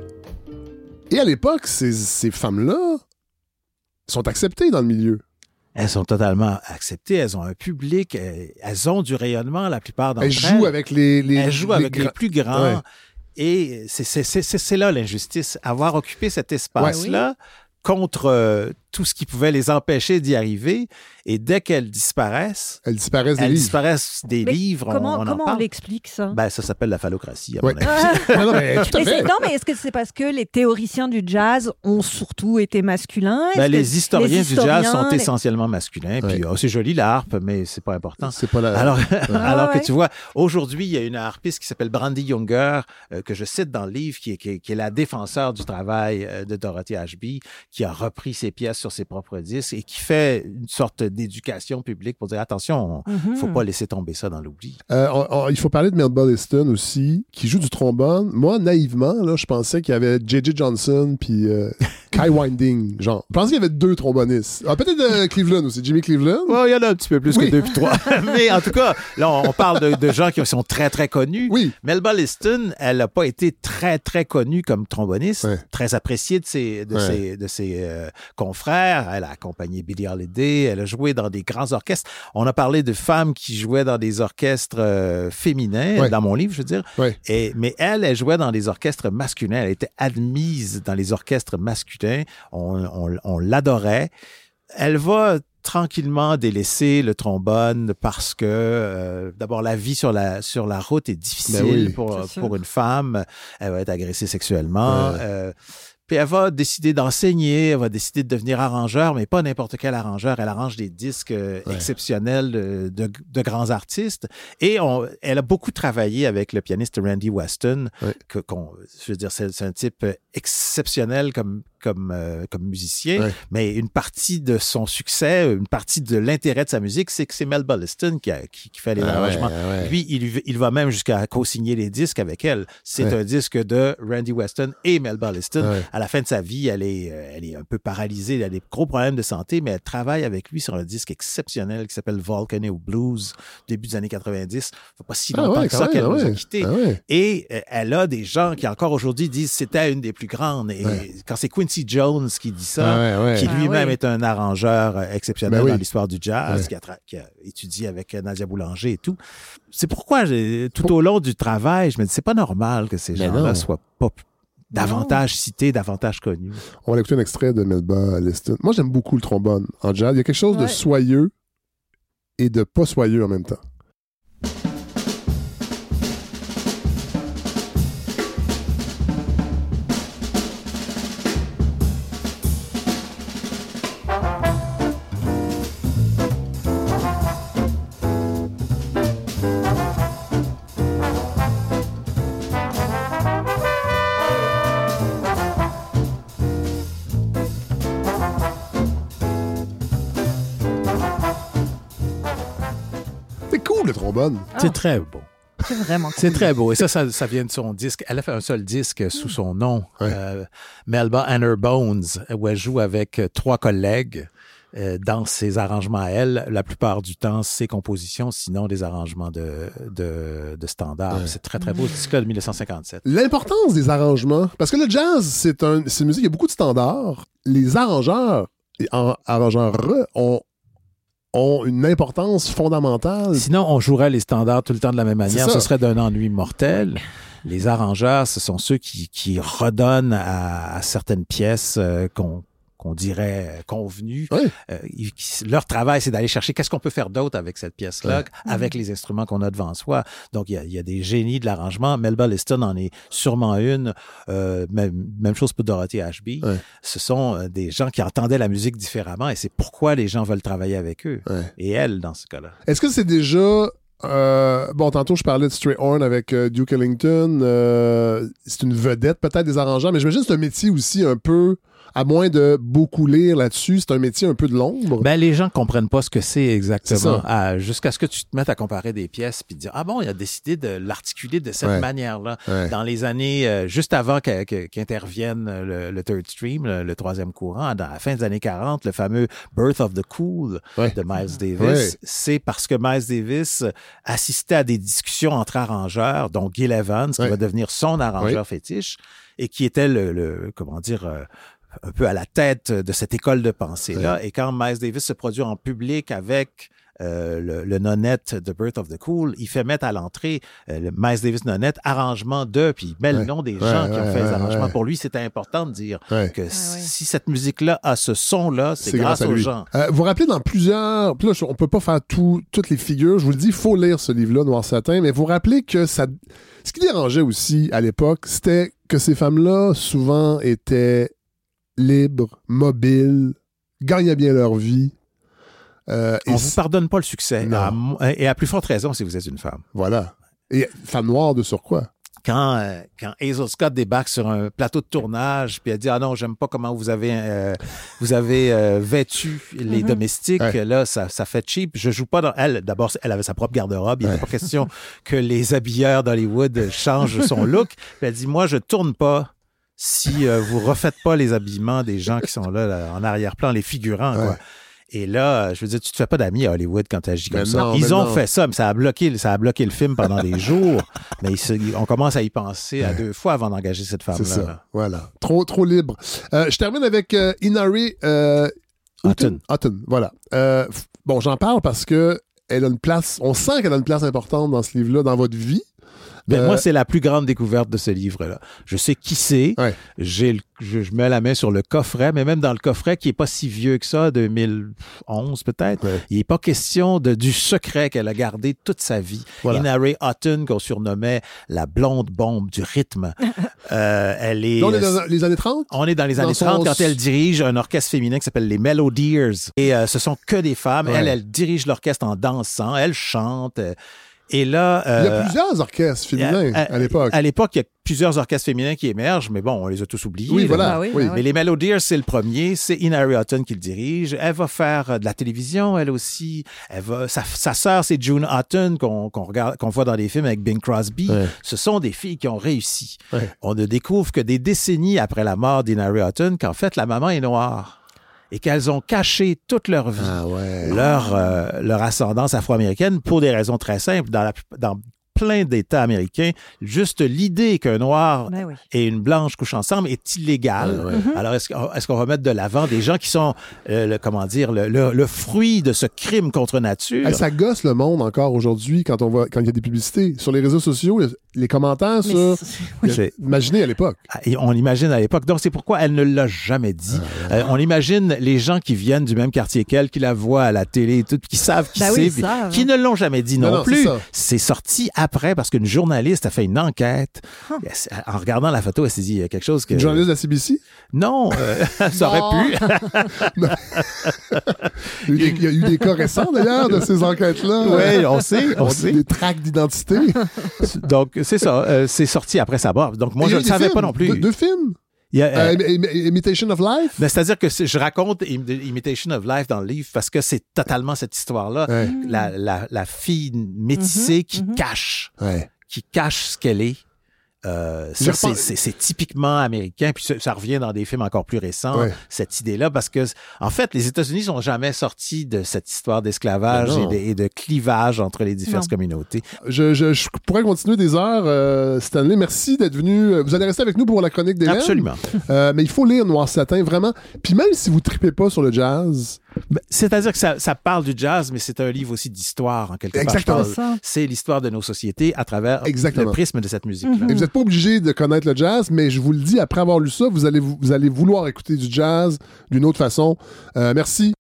Speaker 1: Et à l'époque, ces, ces femmes-là sont acceptées dans le milieu.
Speaker 3: Elles sont totalement acceptées, elles ont un public, elles ont du rayonnement, la plupart d'entre elles.
Speaker 1: Elles jouent avec les, les
Speaker 3: Elles jouent
Speaker 1: les
Speaker 3: avec
Speaker 1: gra...
Speaker 3: les plus grands.
Speaker 1: Ouais.
Speaker 3: Et c'est, c'est, c'est, c'est là l'injustice, avoir occupé cet espace-là
Speaker 2: ouais, oui.
Speaker 3: contre euh, tout ce qui pouvait les empêcher d'y arriver. Et dès qu'elles disparaissent,
Speaker 1: elles disparaissent des
Speaker 3: elles
Speaker 1: livres.
Speaker 3: disparaissent des
Speaker 2: mais
Speaker 3: livres.
Speaker 2: Comment
Speaker 3: on, on
Speaker 2: comment
Speaker 3: en parle.
Speaker 2: on l'explique, ça?
Speaker 3: Ben, ça s'appelle la phallocratie, à
Speaker 1: Ouais.
Speaker 3: mon avis.
Speaker 1: non, non, mais tout à
Speaker 2: Mais
Speaker 1: fait.
Speaker 2: c'est- non, mais est-ce que c'est parce que les théoriciens du jazz ont surtout été masculins? Est-ce
Speaker 3: Ben,
Speaker 2: que
Speaker 3: les historiens
Speaker 2: les
Speaker 3: du jazz sont
Speaker 2: les-
Speaker 3: essentiellement masculins.
Speaker 1: Ouais.
Speaker 3: Puis, oh, c'est joli la harpe, mais c'est pas important.
Speaker 1: C'est pas la...
Speaker 3: Alors, alors
Speaker 2: ouais.
Speaker 3: que tu vois, aujourd'hui, il y a une harpiste qui s'appelle Brandy Younger, euh, que je cite dans le livre, qui est, qui est, qui est la défenseur du travail euh, de Dorothy Ashby, qui a repris ses pièces sur ses propres disques et qui fait une sorte d'éducation publique pour dire attention, il
Speaker 2: Mhm.
Speaker 3: ne faut pas laisser tomber ça dans l'oubli.
Speaker 1: Euh, on- on- il faut parler de Melba Liston aussi, qui joue du trombone. Moi, naïvement, là, je pensais qu'il y avait J J Johnson puis euh, Kai Winding, genre. Je pensais qu'il y avait deux trombonistes. Ah, peut-être euh, Cleveland aussi, Jimmy Cleveland.
Speaker 3: Ouais, il y en a un petit peu plus
Speaker 1: Oui.
Speaker 3: que deux puis trois. Mais en tout cas, là, on on parle de, de gens qui sont très, très connus.
Speaker 1: Oui.
Speaker 3: Melba Liston, elle n'a pas été très, très connue comme tromboniste,
Speaker 1: Ouais.
Speaker 3: très appréciée de ses, de
Speaker 1: Ouais.
Speaker 3: ses, de ses euh, confrères. Elle a accompagné Billie Holiday, elle a joué dans des grands orchestres. On a parlé de femmes qui jouaient dans des orchestres euh, féminins,
Speaker 1: Ouais.
Speaker 3: dans mon livre, je veux dire.
Speaker 1: Ouais.
Speaker 3: Et, mais elle, elle jouait dans des orchestres masculins. Elle était admise dans les orchestres masculins. On, on, on l'adorait. Elle va tranquillement délaisser le trombone parce que euh, d'abord la vie sur la sur la route est difficile
Speaker 1: Ben oui.
Speaker 3: pour
Speaker 2: C'est sûr.
Speaker 3: pour une femme. Elle va être agressée sexuellement.
Speaker 1: Ouais.
Speaker 3: Euh, puis elle va décider d'enseigner, elle va décider de devenir arrangeur, mais pas n'importe quel arrangeur. Elle arrange des disques euh,
Speaker 1: Ouais.
Speaker 3: exceptionnels de, de, de grands artistes. Et on, elle a beaucoup travaillé avec le pianiste Randy Weston.
Speaker 1: Ouais.
Speaker 3: Que, qu'on, je veux dire, c'est, c'est un type exceptionnel comme comme euh, comme musicien.
Speaker 1: Ouais.
Speaker 3: Mais une partie de son succès, une partie de l'intérêt de sa musique, c'est que c'est Melba Liston qui, a, qui, qui fait les
Speaker 1: Ah ouais,
Speaker 3: arrangements.
Speaker 1: ouais.
Speaker 3: Lui, il, il va même jusqu'à co-signer les disques avec elle. C'est
Speaker 1: Ouais.
Speaker 3: un disque de Randy Weston et Melba Liston.
Speaker 1: Ouais.
Speaker 3: À la fin de sa vie, elle est, euh, elle est un peu paralysée, elle a des gros problèmes de santé, mais elle travaille avec lui sur un disque exceptionnel qui s'appelle Volcano Blues, début des années quatre-vingt-dix. Ça fait pas si
Speaker 1: Ah
Speaker 3: longtemps
Speaker 1: ouais,
Speaker 3: que ça
Speaker 1: quand
Speaker 3: qu'elle
Speaker 1: même,
Speaker 3: nous a
Speaker 1: ouais.
Speaker 3: quittés.
Speaker 1: Ah ouais.
Speaker 3: Et euh, elle a des gens qui encore aujourd'hui disent que c'était une des plus grandes. Et
Speaker 1: Ouais.
Speaker 3: quand c'est Quincy Jones qui dit ça,
Speaker 1: Ah ouais, ouais.
Speaker 3: qui
Speaker 2: Ah
Speaker 3: lui-même
Speaker 2: oui.
Speaker 3: est un arrangeur euh, exceptionnel
Speaker 1: Ben oui.
Speaker 3: dans l'histoire du jazz,
Speaker 1: Ouais.
Speaker 3: qui, a tra- qui a étudié avec euh, Nadia Boulanger et tout. C'est pourquoi, j'ai- tout au long du travail, je me dis, c'est pas normal que ces
Speaker 1: Mais
Speaker 3: gens-là
Speaker 1: non.
Speaker 3: soient pas p- davantage cités, davantage connus.
Speaker 1: On va écouter un extrait de Melba Liston. Moi, j'aime beaucoup le trombone en jazz. Il y a quelque chose de
Speaker 2: Ouais.
Speaker 1: soyeux et de pas soyeux en même temps. C'est cool, le trombone.
Speaker 2: Ah.
Speaker 3: C'est très beau.
Speaker 2: C'est vraiment cool.
Speaker 3: C'est très beau. Et ça, ça, ça vient de son disque. Elle a fait un seul disque sous son nom,
Speaker 1: Ouais.
Speaker 3: euh, Melba and Her Bones, où elle joue avec euh, trois collègues euh, dans ses arrangements à elle. La plupart du temps, ses compositions, sinon des arrangements de, de, de standard.
Speaker 1: Ouais.
Speaker 3: C'est très, très beau. Ce disque-là de dix-neuf cent cinquante-sept.
Speaker 1: L'importance des arrangements. Parce que le jazz, c'est un, c'est une musique, il y a beaucoup de standards. Les arrangeurs et en, arrangeurs ont, ont une importance fondamentale.
Speaker 3: Sinon, on jouerait les standards tout le temps de la même manière.
Speaker 1: C'est ça.
Speaker 3: Ce serait d'un ennui mortel. Les arrangeurs, ce sont ceux qui, qui redonnent à, à certaines pièces euh, qu'on qu'on dirait convenues.
Speaker 1: Ouais.
Speaker 3: Euh, ils- qui- leur travail, c'est d'aller chercher qu'est-ce qu'on peut faire d'autre avec cette pièce-là,
Speaker 1: Ouais.
Speaker 3: avec les instruments qu'on a devant soi. Donc, il y a, il y a des génies de l'arrangement. Melba Liston en est sûrement une. Euh, même, même chose pour Dorothy Ashby.
Speaker 1: Ouais.
Speaker 3: Ce sont euh, des gens qui entendaient la musique différemment et c'est pourquoi les gens veulent travailler avec eux.
Speaker 1: Ouais.
Speaker 3: Et elle, dans ce cas-là.
Speaker 1: Est-ce que c'est déjà... euh, bon, tantôt, je parlais de Strayhorn avec euh, Duke Ellington. Euh, c'est une vedette, peut-être, des arrangeurs, mais j'imagine que c'est un métier aussi un peu... À moins de beaucoup lire là-dessus, c'est un métier un peu de l'ombre.
Speaker 3: Ben, les gens comprennent pas ce que c'est
Speaker 1: C'est
Speaker 3: exactement.
Speaker 1: ça.
Speaker 3: Ah, jusqu'à ce que tu te mettes à comparer des pièces puis te dire, ah bon, il a décidé de l'articuler de cette
Speaker 1: Ouais.
Speaker 3: manière-là.
Speaker 1: Ouais.
Speaker 3: Dans les années, euh, juste avant que- que- qu'intervienne le, le third stream, le, le troisième courant, dans la fin des années quarante, le fameux Birth of the Cool
Speaker 1: Ouais.
Speaker 3: de Miles Davis,
Speaker 1: Ouais.
Speaker 3: c'est parce que Miles Davis assistait à des discussions entre arrangeurs, dont Gil Evans, qui
Speaker 1: Ouais.
Speaker 3: va devenir son arrangeur
Speaker 1: Ouais.
Speaker 3: fétiche, et qui était le, le comment dire, euh, un peu à la tête de cette école de pensée-là. Ouais. Et quand Miles Davis se produit en public avec euh, le, le nonnette de Birth of the Cool, il fait mettre à l'entrée euh, le Miles Davis nonnette, arrangement de, puis il met ouais. le nom des ouais, gens ouais, qui ont fait ouais, les arrangements. Ouais. Pour lui, c'était important de dire ouais. que ah, si ouais. cette musique-là a ce son-là, c'est, c'est grâce, grâce aux gens.
Speaker 1: Euh, vous vous rappelez dans plusieurs... Puis là, on peut pas faire tout, toutes les figures. Je vous le dis, il faut lire ce livre-là, Noir Satin, mais vous vous rappelez que ça... Ce qui dérangeait aussi à l'époque, c'était que ces femmes-là, souvent, étaient libres, mobiles, gagnaient bien leur vie.
Speaker 3: Euh, On ne vous pardonne pas le succès. À, et à plus forte raison si vous êtes une femme.
Speaker 1: Voilà. Et femme noire de surcroît.
Speaker 3: Quand, euh, quand Hazel Scott débarque sur un plateau de tournage, puis elle dit « Ah non, j'aime pas comment vous avez, euh, vous avez euh, vêtu les mm-hmm. domestiques. Ouais. » Là, ça, ça fait cheap. Je joue pas dans... Elle, d'abord, elle avait sa propre garde-robe. Il n'était ouais. pas question que les habilleurs d'Hollywood changent son look. Puis elle dit « Moi, je tourne pas si euh, vous refaites pas les habillements des gens qui sont là, là en arrière-plan, les figurants. Ouais. » quoi. Et là, je veux dire, tu te fais pas d'amis à Hollywood quand tu agis comme mais ça. Non, ils ont non. fait ça, mais ça a bloqué, ça a bloqué le film pendant des jours. Mais ils, on commence à y penser à deux fois avant d'engager cette femme-là.
Speaker 1: C'est ça,
Speaker 3: là.
Speaker 1: Voilà. Trop, trop libre. Euh, je termine avec euh, Inari euh,
Speaker 3: Houghton.
Speaker 1: Houghton, voilà. Euh, bon, j'en parle parce que elle a une place, on sent qu'elle a une place importante dans ce livre-là, dans votre vie.
Speaker 3: Ben, euh... Moi, c'est la plus grande découverte de ce livre-là. Je sais qui c'est. Ouais. J'ai le, je, je mets la main sur le coffret, mais même dans le coffret, qui n'est pas si vieux que ça, deux mille onze peut-être, ouais. il n'est pas question de, du secret qu'elle a gardé toute sa vie. Voilà. Inari Houghton, qu'on surnommait la blonde bombe du rythme. euh, elle est...
Speaker 1: Là, on est dans les années trente?
Speaker 3: On est dans les années dans trente, son... quand elle dirige un orchestre féminin qui s'appelle les Melodiers. Et euh, ce sont que des femmes. Ouais. Elle, elle dirige l'orchestre en dansant. Elle chante... Euh, Et là, euh,
Speaker 1: il y a plusieurs orchestres féminins à, à, à l'époque.
Speaker 3: À l'époque, il y a plusieurs orchestres féminins qui émergent, mais bon, on les a tous oubliés.
Speaker 1: Oui, voilà. Ah oui, oui.
Speaker 3: Mais les Melodiers, c'est le premier. C'est Inari Houghton qui le dirige. Elle va faire de la télévision, elle aussi. Elle va, sa, sa sœur, c'est June Houghton, qu'on, qu'on, regarde, qu'on voit dans des films avec Bing Crosby. Ouais. Ce sont des filles qui ont réussi. Ouais. On ne découvre que des décennies après la mort d'Inari Houghton qu'en fait, la maman est noire. Et qu'elles ont caché toute leur vie, ah ouais. leur, euh, leur ascendance afro-américaine pour des raisons très simples. Dans, la, dans plein d'États américains, juste l'idée qu'un noir ben oui. et une blanche couchent ensemble est illégale. Ouais, ouais. Mm-hmm. Alors, est-ce, est-ce qu'on va mettre de l'avant des gens qui sont, euh, le, comment dire, le, le, le fruit de ce crime contre nature?
Speaker 1: Hey, ça gosse le monde encore aujourd'hui quand on voit, quand il y a des publicités. Sur les réseaux sociaux, les commentaires sur... Oui. Imaginez à l'époque.
Speaker 3: Et on l'imagine à l'époque. Donc, c'est pourquoi elle ne l'a jamais dit. Ah, euh, on imagine les gens qui viennent du même quartier qu'elle, qui la voient à la télé et tout, qui savent qui ben c'est, oui, ça, qui ne l'ont jamais dit non, non, non plus. C'est, c'est sorti après parce qu'une journaliste a fait une enquête. Huh. En regardant la photo, elle s'est dit, il y a quelque chose que...
Speaker 1: Une journaliste de la C B C?
Speaker 3: Non, euh, ça aurait pu.
Speaker 1: il, y a eu des, il y a eu des cas récents, d'ailleurs, de ces enquêtes-là.
Speaker 3: Oui, on sait, on, on sait.
Speaker 1: Des tracts d'identité.
Speaker 3: Donc, c'est ça. Euh, c'est sorti après sa mort. Donc, moi, je ne le savais
Speaker 1: films,
Speaker 3: pas non plus.
Speaker 1: Deux, deux films? Il y a, euh, euh, Imitation of Life?
Speaker 3: Ben, c'est-à-dire que c'est, je raconte Imitation of Life dans le livre parce que c'est totalement cette histoire-là. Ouais. La, la, la fille métissée mm-hmm, qui mm-hmm. cache, ouais. qui cache ce qu'elle est. Euh, ça, c'est, c'est, c'est typiquement américain, puis ça, ça revient dans des films encore plus récents, ouais. cette idée-là, parce que, en fait, les États-Unis sont jamais sortis de cette histoire d'esclavage et de, et de clivage entre les diverses non. communautés.
Speaker 1: Je, je, je pourrais continuer des heures, euh, Stanley. Merci d'être venu. Vous allez rester avec nous pour la chronique d'Hélène.
Speaker 3: Absolument.
Speaker 1: Euh, mais il faut lire Noir Satin, vraiment. Puis même si vous tripez pas sur le jazz...
Speaker 3: Ben, c'est-à-dire que ça, ça parle du jazz, mais c'est un livre aussi d'histoire, en quelque
Speaker 1: Exactement.
Speaker 3: part. Exactement. C'est l'histoire de nos sociétés à travers
Speaker 1: Exactement.
Speaker 3: le prisme de cette musique-là.
Speaker 1: Mm-hmm. Et vous n'êtes pas obligé de connaître le jazz, mais je vous le dis, après avoir lu ça, vous allez, vous allez vouloir écouter du jazz d'une autre façon. Euh, merci.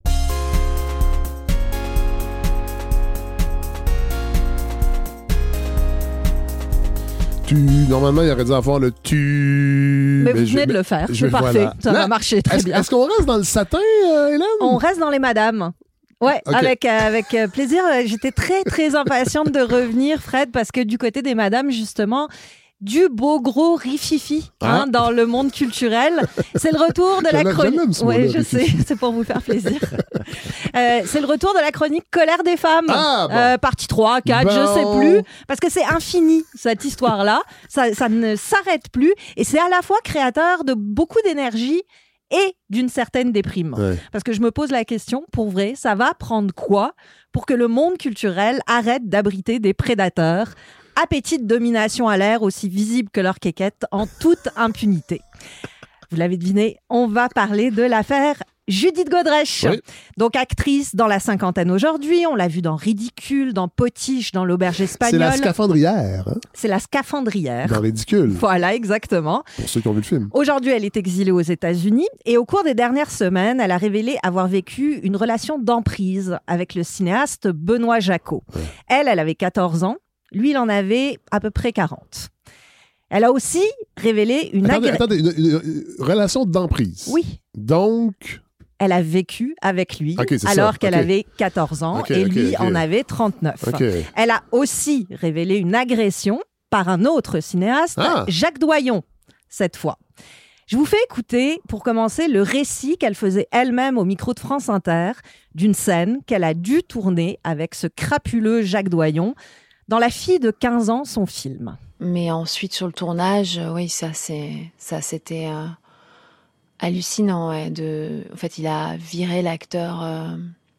Speaker 1: Tu... Normalement, il aurait dû avoir le tu.
Speaker 2: Mais, mais vous venez je... de le faire, je... c'est parfait. Voilà. Ça Là, va marcher très
Speaker 1: est-ce,
Speaker 2: bien.
Speaker 1: Est-ce qu'on reste dans le satin, euh, Hélène?
Speaker 2: On reste dans les madames. Ouais, okay. avec, euh, avec euh, plaisir. J'étais très, très impatiente de revenir, Fred, parce que du côté des madames, justement, du beau gros rififi hein, ah. dans le monde culturel. C'est le retour de la chronique. Oui, je sais, c'est pour vous faire plaisir. euh, c'est le retour de la chronique Colère des femmes. Ah, bon. euh, partie trois, quatre, bon. Je sais plus. Parce que c'est infini, cette histoire-là. ça, ça ne s'arrête plus. Et c'est à la fois créateur de beaucoup d'énergie et d'une certaine déprime. Ouais. Parce que je me pose la question, pour vrai, ça va prendre quoi pour que le monde culturel arrête d'abriter des prédateurs appétit de domination à l'air aussi visible que leur quéquette en toute impunité. Vous l'avez deviné, on va parler de l'affaire Judith Godrèche. Oui. Donc actrice dans la cinquantaine aujourd'hui, on l'a vue dans Ridicule, dans Potiche, dans L'Auberge espagnole.
Speaker 1: C'est la scaphandrière. Hein?
Speaker 2: C'est la scaphandrière.
Speaker 1: Dans Ridicule.
Speaker 2: Voilà, exactement.
Speaker 1: Pour ceux qui ont vu le film.
Speaker 2: Aujourd'hui, elle est exilée aux États-Unis et au cours des dernières semaines, elle a révélé avoir vécu une relation d'emprise avec le cinéaste Benoît Jacquot. Ouais. Elle, elle avait quatorze ans. Lui, il en avait à peu près quarante. Elle a aussi révélé une...
Speaker 1: Attendez,
Speaker 2: agré...
Speaker 1: attendez une, une, une relation d'emprise.
Speaker 2: Oui.
Speaker 1: Donc...
Speaker 2: Elle a vécu avec lui
Speaker 1: okay,
Speaker 2: alors
Speaker 1: ça.
Speaker 2: qu'elle
Speaker 1: okay.
Speaker 2: avait quatorze ans
Speaker 1: okay,
Speaker 2: et lui
Speaker 1: okay, okay.
Speaker 2: en avait trente-neuf.
Speaker 1: Okay.
Speaker 2: Elle a aussi révélé une agression par un autre cinéaste,
Speaker 1: ah.
Speaker 2: Jacques Doyon, cette fois. Je vous fais écouter, pour commencer, le récit qu'elle faisait elle-même au micro de France Inter d'une scène qu'elle a dû tourner avec ce crapuleux Jacques Doyon dans La fille de quinze ans, son film.
Speaker 4: Mais ensuite, sur le tournage, oui, ça, c'est, ça c'était euh, hallucinant. Ouais, de... En fait, il a viré l'acteur. Euh...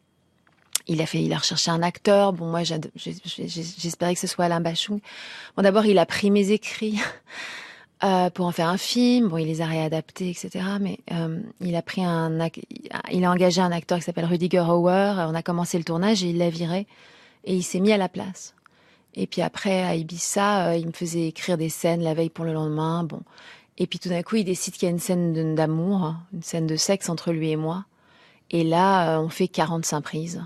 Speaker 4: Il a fait, il a recherché un acteur. Bon, moi, j'ai, j'ai, j'espérais que ce soit Alain Bachung. Bon, d'abord, il a pris mes écrits euh, pour en faire un film. Bon, il les a réadaptés, et cetera. Mais euh, il a pris un, il a engagé un acteur qui s'appelle Rudiger Hauer. On a commencé le tournage et il l'a viré et il s'est mis à la place. Et puis après, à Ibiza, euh, il me faisait écrire des scènes la veille pour le lendemain. Bon. Et puis tout d'un coup, il décide qu'il y a une scène d'amour, hein, une scène de sexe entre lui et moi. Et là, euh, on fait quarante-cinq prises.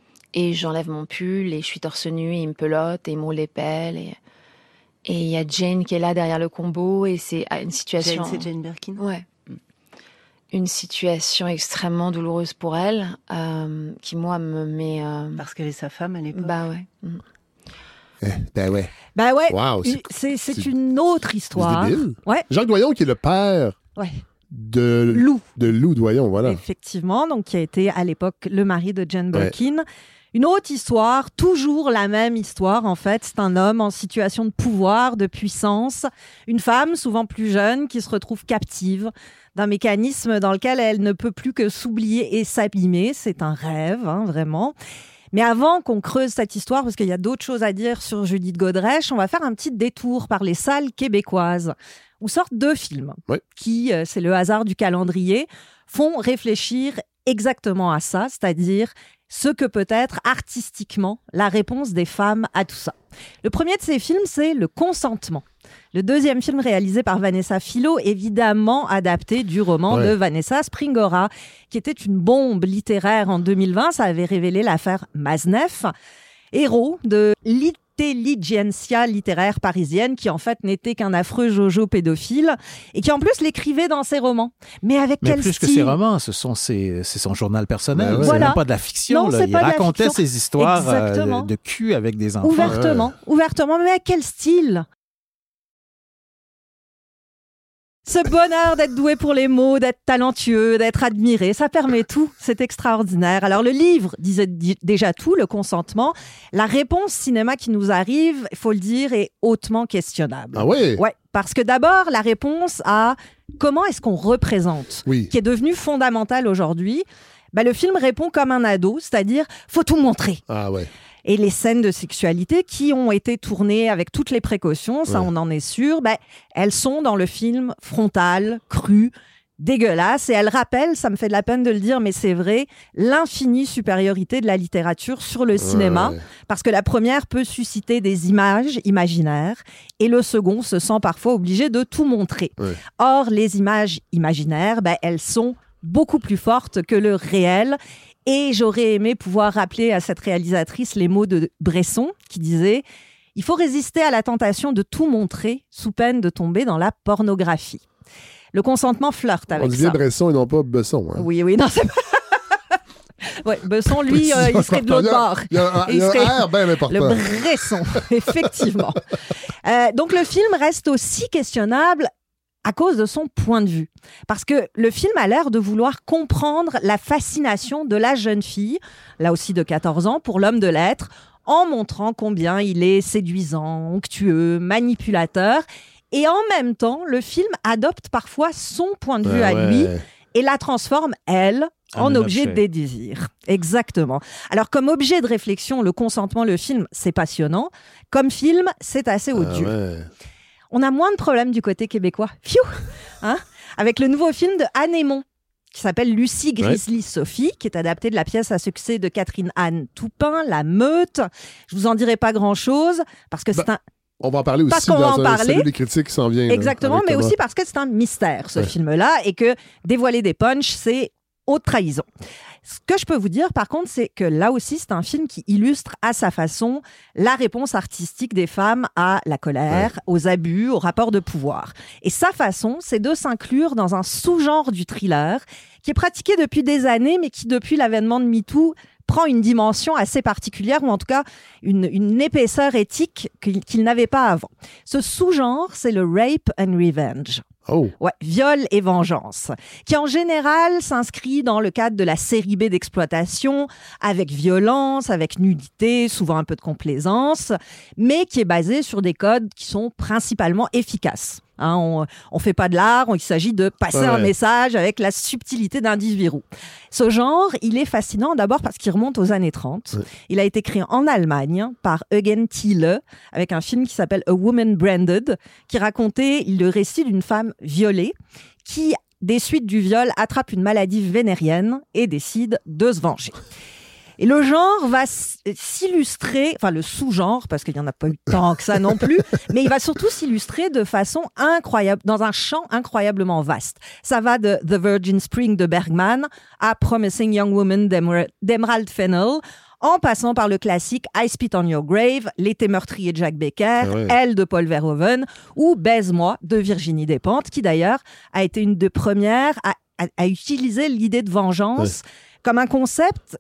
Speaker 4: Et j'enlève mon pull, et je suis torse nu, et il me pelote, et il me l'épelle. Et il y a Jane qui est là derrière le combo, et c'est une situation...
Speaker 5: Jane, c'est Jane Birkin.
Speaker 4: Ouais. Mm. Une situation extrêmement douloureuse pour elle, euh, qui, moi, me met... Euh...
Speaker 5: Parce qu'elle est sa femme à l'époque.
Speaker 4: Bah ouais. Mm.
Speaker 1: Eh, ben ouais.
Speaker 2: Ben ouais.
Speaker 1: Wow,
Speaker 2: c'est, c'est, c'est, c'est une autre histoire.
Speaker 1: C'est débile.
Speaker 2: Ouais.
Speaker 1: Jacques Doyon, qui est le père
Speaker 2: ouais.
Speaker 1: de
Speaker 2: Lou.
Speaker 1: De Lou Doyon, voilà.
Speaker 2: Effectivement, donc qui a été à l'époque le mari de Jane Birkin. Ouais. Une autre histoire, toujours la même histoire en fait. C'est un homme en situation de pouvoir, de puissance. Une femme, souvent plus jeune, qui se retrouve captive d'un mécanisme dans lequel elle ne peut plus que s'oublier et s'abîmer. C'est un rêve, hein, vraiment. Mais avant qu'on creuse cette histoire, parce qu'il y a d'autres choses à dire sur Judith Godrèche, on va faire un petit détour par les salles québécoises où sortent deux films
Speaker 1: oui.
Speaker 2: qui, euh, c'est le hasard du calendrier, font réfléchir exactement à ça, c'est-à-dire ce que peut être artistiquement la réponse des femmes à tout ça. Le premier de ces films, c'est Le Consentement. Le deuxième film réalisé par Vanessa Philo, évidemment adapté du roman ouais. de Vanessa Springora, qui était une bombe littéraire en deux mille vingt. Ça avait révélé l'affaire Mazeneff, héros de l'intelligentsia littéraire parisienne, qui en fait n'était qu'un affreux Jojo pédophile, et qui en plus l'écrivait dans ses romans. Mais avec
Speaker 3: Mais
Speaker 2: quel
Speaker 3: plus
Speaker 2: style?
Speaker 3: que ses romans, ce sont ses, c'est son journal personnel.
Speaker 1: Ben ouais.
Speaker 3: C'est
Speaker 2: voilà.
Speaker 3: même pas de la fiction.
Speaker 2: Non,
Speaker 3: là.
Speaker 2: c'est
Speaker 3: Il
Speaker 2: pas de la
Speaker 3: racontait
Speaker 2: fiction.
Speaker 3: ses histoires euh, de, de cul avec des enfants.
Speaker 2: Ouvertement,
Speaker 1: ouais.
Speaker 2: ouvertement. Mais à quel style? Ce bonheur d'être doué pour les mots, d'être talentueux, d'être admiré, ça permet tout. C'est extraordinaire. Alors, le livre disait d- déjà tout, Le Consentement. La réponse cinéma qui nous arrive, il faut le dire, est hautement questionnable.
Speaker 1: Ah oui?
Speaker 2: Ouais, parce que d'abord, la réponse à comment est-ce qu'on représente,
Speaker 1: oui.
Speaker 2: qui est devenue fondamentale aujourd'hui, ben, le film répond comme un ado, c'est-à-dire, faut tout montrer.
Speaker 1: Ah ouais.
Speaker 2: Et les scènes de sexualité qui ont été tournées avec toutes les précautions, ça ouais. on en est sûr, ben, elles sont dans le film frontales, crues, dégueulasses. Et elles rappellent, ça me fait de la peine de le dire, mais c'est vrai, l'infinie supériorité de la littérature sur le cinéma. Ouais. Parce que la première peut susciter des images imaginaires et le second se sent parfois obligé de tout montrer. Ouais. Or, les images imaginaires, ben, elles sont beaucoup plus fortes que le réel. Et j'aurais aimé pouvoir rappeler à cette réalisatrice les mots de Bresson qui disait « Il faut résister à la tentation de tout montrer sous peine de tomber dans la pornographie ». Le consentement flirte avec ça.
Speaker 1: On dit bien Bresson et non pas Besson. Hein.
Speaker 2: Oui, oui, non, c'est pas... Ouais, Besson, lui, euh, il serait de l'autre bord.
Speaker 1: Il y a un, il y a un R bien important.
Speaker 2: Le Bresson, effectivement. euh, donc le film reste aussi questionnable à cause de son point de vue. Parce que le film a l'air de vouloir comprendre la fascination de la jeune fille, là aussi de quatorze ans, pour l'homme de lettres, en montrant combien il est séduisant, onctueux, manipulateur. Et en même temps, le film adopte parfois son point de vue
Speaker 1: ouais,
Speaker 2: à
Speaker 1: ouais.
Speaker 2: lui et la transforme, elle, en
Speaker 3: Un
Speaker 2: objet
Speaker 3: objet.
Speaker 2: des désirs. Exactement. Alors, comme objet de réflexion, Le Consentement, le film, c'est passionnant. Comme film, c'est assez odieux.
Speaker 1: Ah ouais.
Speaker 2: On a moins de problèmes du côté québécois. Pfiou, hein, avec le nouveau film de Anne Aymon, qui s'appelle Lucie Grizzly ouais. Sophie, qui est adapté de la pièce à succès de Catherine-Anne Toupin, La Meute. Je vous en dirai pas grand-chose, parce que bah, c'est un...
Speaker 1: On va en parler aussi dans un salut des critiques qui s'en vient.
Speaker 2: Exactement,
Speaker 1: là,
Speaker 2: mais
Speaker 1: Thomas.
Speaker 2: Aussi parce que c'est un mystère, ce
Speaker 1: ouais.
Speaker 2: film-là, et que dévoiler des punchs, c'est haute trahison. Ce que je peux vous dire, par contre, c'est que là aussi, c'est un film qui illustre à sa façon la réponse artistique des femmes à la colère, ouais. aux abus, aux rapports de pouvoir. Et sa façon, c'est de s'inclure dans un sous-genre du thriller qui est pratiqué depuis des années, mais qui, depuis l'avènement de MeToo, prend une dimension assez particulière, ou en tout cas une, une épaisseur éthique qu'il, qu'il n'avait pas avant. Ce sous-genre, c'est le rape and revenge.
Speaker 1: Oh.
Speaker 2: Ouais, viol et vengeance, qui en général s'inscrit dans le cadre de la série B d'exploitation, avec violence, avec nudité, souvent un peu de complaisance, mais qui est basé sur des codes qui sont principalement efficaces. Hein, on ne fait pas de l'art, il s'agit de passer ouais. un message avec la subtilité d'un dix verrous. Ce genre, il est fascinant d'abord parce qu'il remonte aux années trente. Ouais. Il a été créé en Allemagne par Eugen Thiele, avec un film qui s'appelle A Woman Branded, qui racontait le récit d'une femme violée qui, des suites du viol, attrape une maladie vénérienne et décide de se venger. Et le genre va s'illustrer, enfin le sous-genre, parce qu'il n'y en a pas eu tant que ça non plus, mais il va surtout s'illustrer de façon incroyable, dans un champ incroyablement vaste. Ça va de The Virgin Spring de Bergman à Promising Young Woman d'Emer- d'Emerald Fennell, en passant par le classique I Spit on Your Grave, L'été meurtrier de Jacques Becker, ah ouais. Elle de Paul Verhoeven, ou Baise-moi de Virginie Despentes, qui d'ailleurs a été une des premières à, à, à utiliser l'idée de vengeance ouais. comme un concept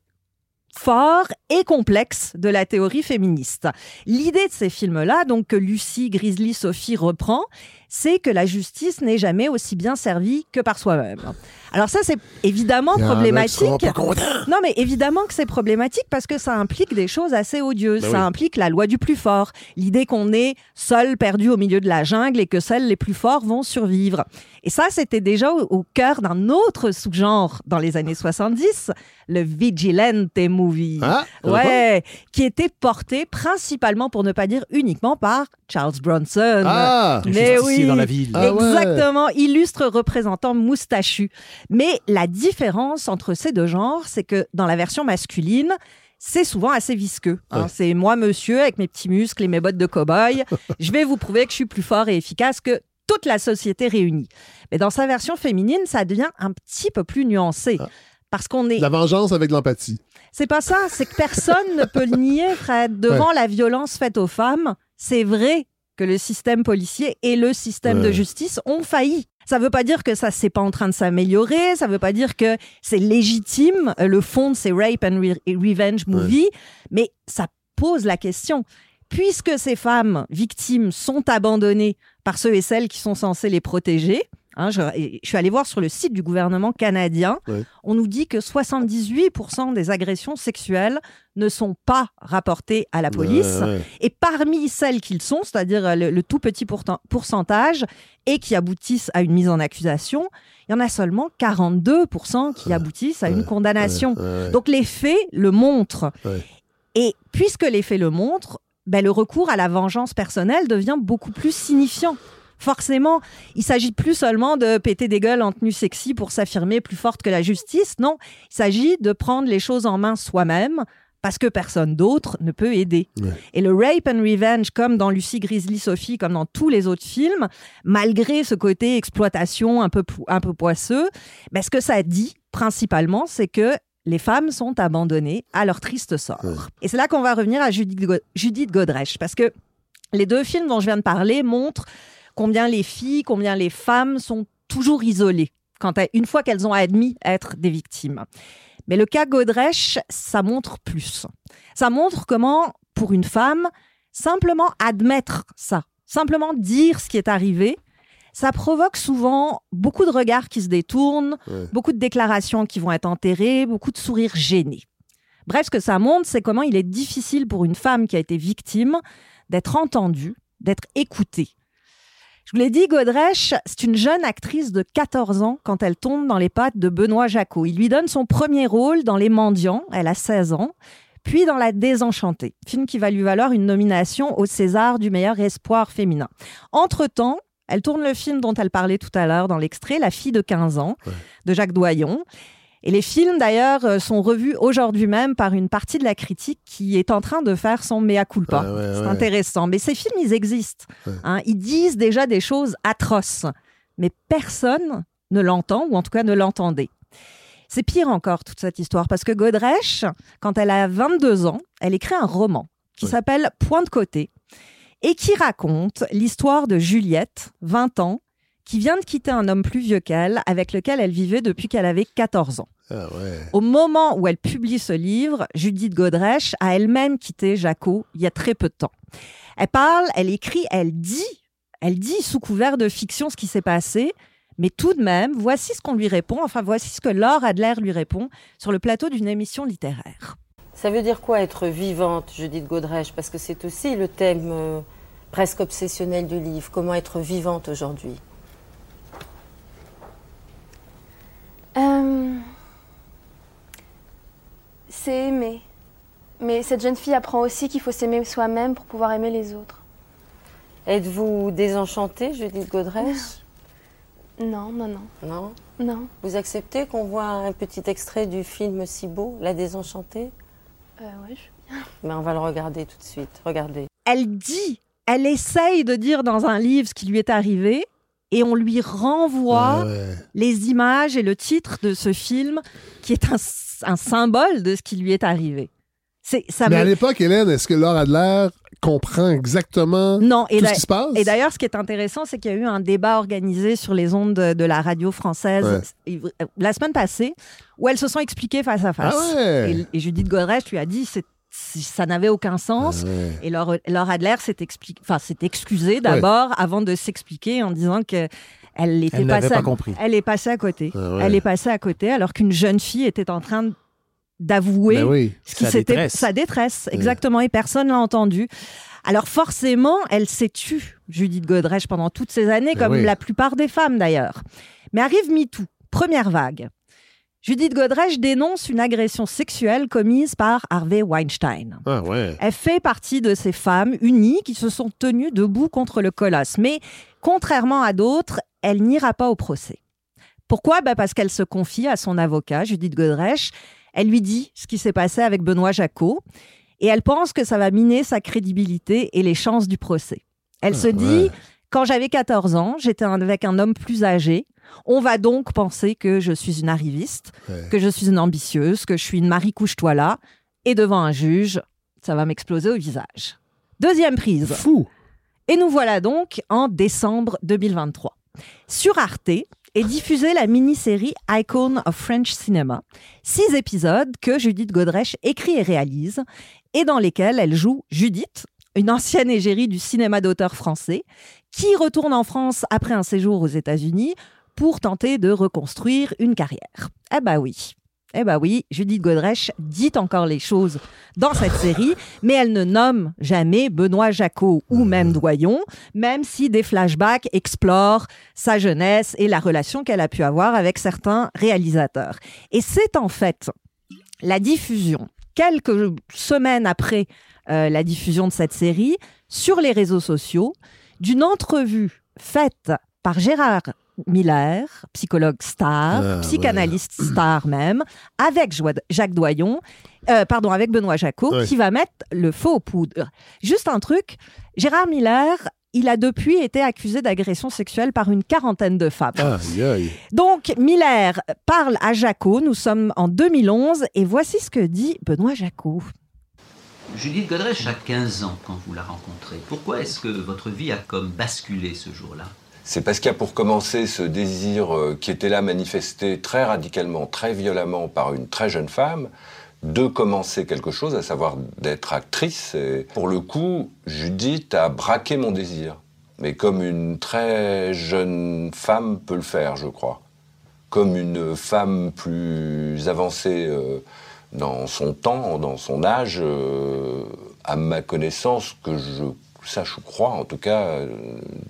Speaker 2: fort et complexe de la théorie féministe. L'idée de ces films-là, donc que Lucie Grizzly Sophie reprend, c'est que la justice n'est jamais aussi bien servie que par soi-même. Alors ça, c'est évidemment problématique. Non, mais évidemment que c'est problématique parce que ça implique des choses assez odieuses. Ben ça oui. implique la loi du plus fort. L'idée qu'on est seul, perdu au milieu de la jungle et que seuls les plus forts vont survivre. Et ça, c'était déjà au, au cœur d'un autre sous-genre dans les années soixante-dix, le vigilante movie.
Speaker 1: Ah,
Speaker 2: ouais, qui était porté principalement, pour ne pas dire uniquement, par Charles Bronson.
Speaker 1: Ah,
Speaker 2: mais oui.
Speaker 3: Dans la ville.
Speaker 1: Ah ouais.
Speaker 2: Exactement, illustre représentant moustachu. Mais la différence entre ces deux genres, c'est que dans la version masculine, c'est souvent assez visqueux. Hein. Ouais. C'est moi, monsieur, avec mes petits muscles et mes bottes de cow-boy. Je vais vous prouver que je suis plus fort et efficace que toute la société réunie. Mais dans sa version féminine, ça devient un petit peu plus nuancé. Ah. Parce qu'on est...
Speaker 1: La vengeance avec de l'empathie.
Speaker 2: C'est pas ça, c'est que personne ne peut le nier, Fred. Devant ouais. la violence faite aux femmes, c'est vrai que le système policier et le système ouais. de justice ont failli. Ça ne veut pas dire que ça c'est pas en train de s'améliorer, ça ne veut pas dire que c'est légitime, le fond de ces rape and re- revenge movies, ouais. mais ça pose la question. Puisque ces femmes victimes sont abandonnées par ceux et celles qui sont censés les protéger, hein, je, je suis allée voir sur le site du gouvernement canadien, ouais. on nous dit que soixante-dix-huit pour cent des agressions sexuelles ne sont pas rapportées à la police. Ouais, ouais. Et parmi celles qu'ils sont, c'est-à-dire le, le tout petit pourtant, pourcentage, et qui aboutissent à une mise en accusation, il y en a seulement quarante-deux pour cent qui aboutissent à ouais, une condamnation. Ouais, ouais. Donc les faits le montrent. Ouais. Et puisque les faits le montrent, ben, le recours à la vengeance personnelle devient beaucoup plus signifiant. Forcément, il ne s'agit plus seulement de péter des gueules en tenue sexy pour s'affirmer plus forte que la justice. Non, il s'agit de prendre les choses en main soi-même parce que personne d'autre ne peut aider. Ouais. Et le rape and revenge, comme dans Lucie Grizzly Sophie, comme dans tous les autres films, malgré ce côté exploitation un peu, un peu poisseux, ben, ce que ça dit principalement, c'est que les femmes sont abandonnées à leur triste sort. Ouais. Et c'est là qu'on va revenir à Judith, Go- Judith Godrèche, parce que les deux films dont je viens de parler montrent combien les filles, combien les femmes sont toujours isolées, quand elles, une fois qu'elles ont admis être des victimes. Mais le cas Godrèche, ça montre plus. Ça montre comment, pour une femme, simplement admettre ça, simplement dire ce qui est arrivé, ça provoque souvent beaucoup de regards qui se détournent, ouais. beaucoup de déclarations qui vont être enterrées, beaucoup de sourires gênés. Bref, ce que ça montre, c'est comment il est difficile pour une femme qui a été victime d'être entendue, d'être écoutée. Je vous l'ai dit, Godrèche, c'est une jeune actrice de quatorze ans quand elle tombe dans les pattes de Benoît Jacquot. Il lui donne son premier rôle dans Les Mendiants, elle a seize ans. puis dans La Désenchantée, film qui va lui valoir une nomination au César du meilleur espoir féminin. Entre-temps, elle tourne le film dont elle parlait tout à l'heure dans l'extrait, La fille de quinze ans, ouais. de Jacques Doyon. Et les films, d'ailleurs, sont revus aujourd'hui même par une partie de la critique qui est en train de faire son mea culpa. Ah ouais, C'est ouais. intéressant. Mais ces films, ils existent. Ouais. Hein, ils disent déjà des choses atroces. Mais personne ne l'entend, ou en tout cas ne l'entendait. C'est pire encore, toute cette histoire, parce que Godrèche, quand elle a vingt-deux ans, elle écrit un roman qui ouais. s'appelle Point de côté et qui raconte l'histoire de Juliette, vingt ans, qui vient de quitter un homme plus vieux qu'elle, avec lequel elle vivait depuis qu'elle avait quatorze ans.
Speaker 1: Ah ouais.
Speaker 2: Au moment où elle publie ce livre, Judith Godrèche a elle-même quitté Jaco il y a très peu de temps. Elle parle, elle écrit, elle dit, elle dit sous couvert de fiction ce qui s'est passé, mais tout de même, voici ce qu'on lui répond, enfin voici ce que Laure Adler lui répond sur le plateau d'une émission littéraire.
Speaker 5: Ça veut dire quoi être vivante, Judith Godrèche? Parce que c'est aussi le thème euh, presque obsessionnel du livre. Comment être vivante aujourd'hui?
Speaker 6: Euh, c'est aimer. Mais cette jeune fille apprend aussi qu'il faut s'aimer soi-même pour pouvoir aimer les autres.
Speaker 5: Êtes-vous désenchantée, Judith Godrèche?
Speaker 6: Non, non, non.
Speaker 5: Non?
Speaker 6: Non.
Speaker 5: Vous acceptez qu'on voit un petit extrait du film si beau, La Désenchantée?
Speaker 6: Euh, ouais, je...
Speaker 5: Mais on va le regarder tout de suite. Regardez.
Speaker 2: Elle dit, elle essaye de dire dans un livre ce qui lui est arrivé, et on lui renvoie ah ouais. les images et le titre de ce film qui est un, un symbole de ce qui lui est arrivé. C'est, ça
Speaker 1: Mais
Speaker 2: me...
Speaker 1: à l'époque, Hélène, est-ce que Laure Adler comprend exactement
Speaker 2: non, et
Speaker 1: tout ce qui se passe?
Speaker 2: Et d'ailleurs, ce qui est intéressant, c'est qu'il y a eu un débat organisé sur les ondes de, de la radio française ouais. la semaine passée, où elles se sont expliquées face à face.
Speaker 1: Ah ouais.
Speaker 2: et, et Judith Godrèche lui a dit c'est ça n'avait aucun sens. Ah ouais. Et Laure, Laure Adler s'est, expli... enfin, s'est excusée d'abord ouais. avant de s'expliquer en disant que elle était
Speaker 3: elle
Speaker 2: passée
Speaker 3: pas
Speaker 2: à...
Speaker 3: compris.
Speaker 2: Elle est passée à côté.
Speaker 1: Ah ouais.
Speaker 2: Elle est passée à côté alors qu'une jeune fille était en train d'avouer
Speaker 1: ben oui.
Speaker 2: ce qui
Speaker 3: sa
Speaker 2: c'était
Speaker 3: détresse.
Speaker 2: sa détresse. Exactement. Ouais. Et personne l'a entendu. Alors forcément, elle s'est tue, Judith Godrèche, pendant toutes ces années, ben comme oui. la plupart des femmes d'ailleurs. Mais arrive MeToo, première vague. Judith Godrèche dénonce une agression sexuelle commise par Harvey Weinstein.
Speaker 1: Ah ouais.
Speaker 2: Elle fait partie de ces femmes unies qui se sont tenues debout contre le colosse. Mais contrairement à d'autres, elle n'ira pas au procès. Pourquoi ? Bah parce qu'elle se confie à son avocat, Judith Godrèche. Elle lui dit ce qui s'est passé avec Benoît Jacot. Et elle pense que ça va miner sa crédibilité et les chances du procès. Elle ah se dit, ouais. quand j'avais quatorze ans, j'étais avec un homme plus âgé. On va donc penser que je suis une arriviste, ouais. que je suis une ambitieuse, que je suis une Marie couche-toi-là. Et devant un juge, ça va m'exploser au visage. Deuxième prise.
Speaker 1: Fou.
Speaker 2: Et nous voilà donc en décembre deux mille vingt-trois. Sur Arte est diffusée la mini-série Icon of French Cinema. Six épisodes que Judith Godrèche écrit et réalise et dans lesquels elle joue Judith, une ancienne égérie du cinéma d'auteur français, qui retourne en France après un séjour aux États-Unis pour tenter de reconstruire une carrière. Eh ben oui, eh ben oui, Judith Godrèche dit encore les choses dans cette série, mais elle ne nomme jamais Benoît Jacot ou même Doyon, même si des flashbacks explorent sa jeunesse et la relation qu'elle a pu avoir avec certains réalisateurs. Et c'est en fait la diffusion, quelques semaines après euh, la diffusion de cette série, sur les réseaux sociaux, d'une entrevue faite par Gérard Miller, psychologue star, ah, psychanalyste ouais. star même, avec Jacques Doyon, euh, pardon, avec Benoît Jacot, ouais. qui va mettre le feu aux poudres. Juste un truc, Gérard Miller, il a depuis été accusé d'agression sexuelle par une quarantaine de femmes.
Speaker 1: Aïe, aïe.
Speaker 2: Donc, Miller parle à Jacot, nous sommes en deux mille onze, et voici ce que dit Benoît Jacot.
Speaker 7: Judith Godrèche a quinze ans quand vous la rencontrez. Pourquoi est-ce que votre vie a comme basculé ce jour-là ?
Speaker 8: C'est parce qu'il y a pour commencer ce désir euh, qui était là manifesté très radicalement, très violemment par une très jeune femme, de commencer quelque chose, à savoir d'être actrice. Et pour le coup, Judith a braqué mon désir. Mais comme une très jeune femme peut le faire, je crois. Comme une femme plus avancée euh, dans son temps, dans son âge, euh, à ma connaissance, que je sache ou crois, en tout cas, euh,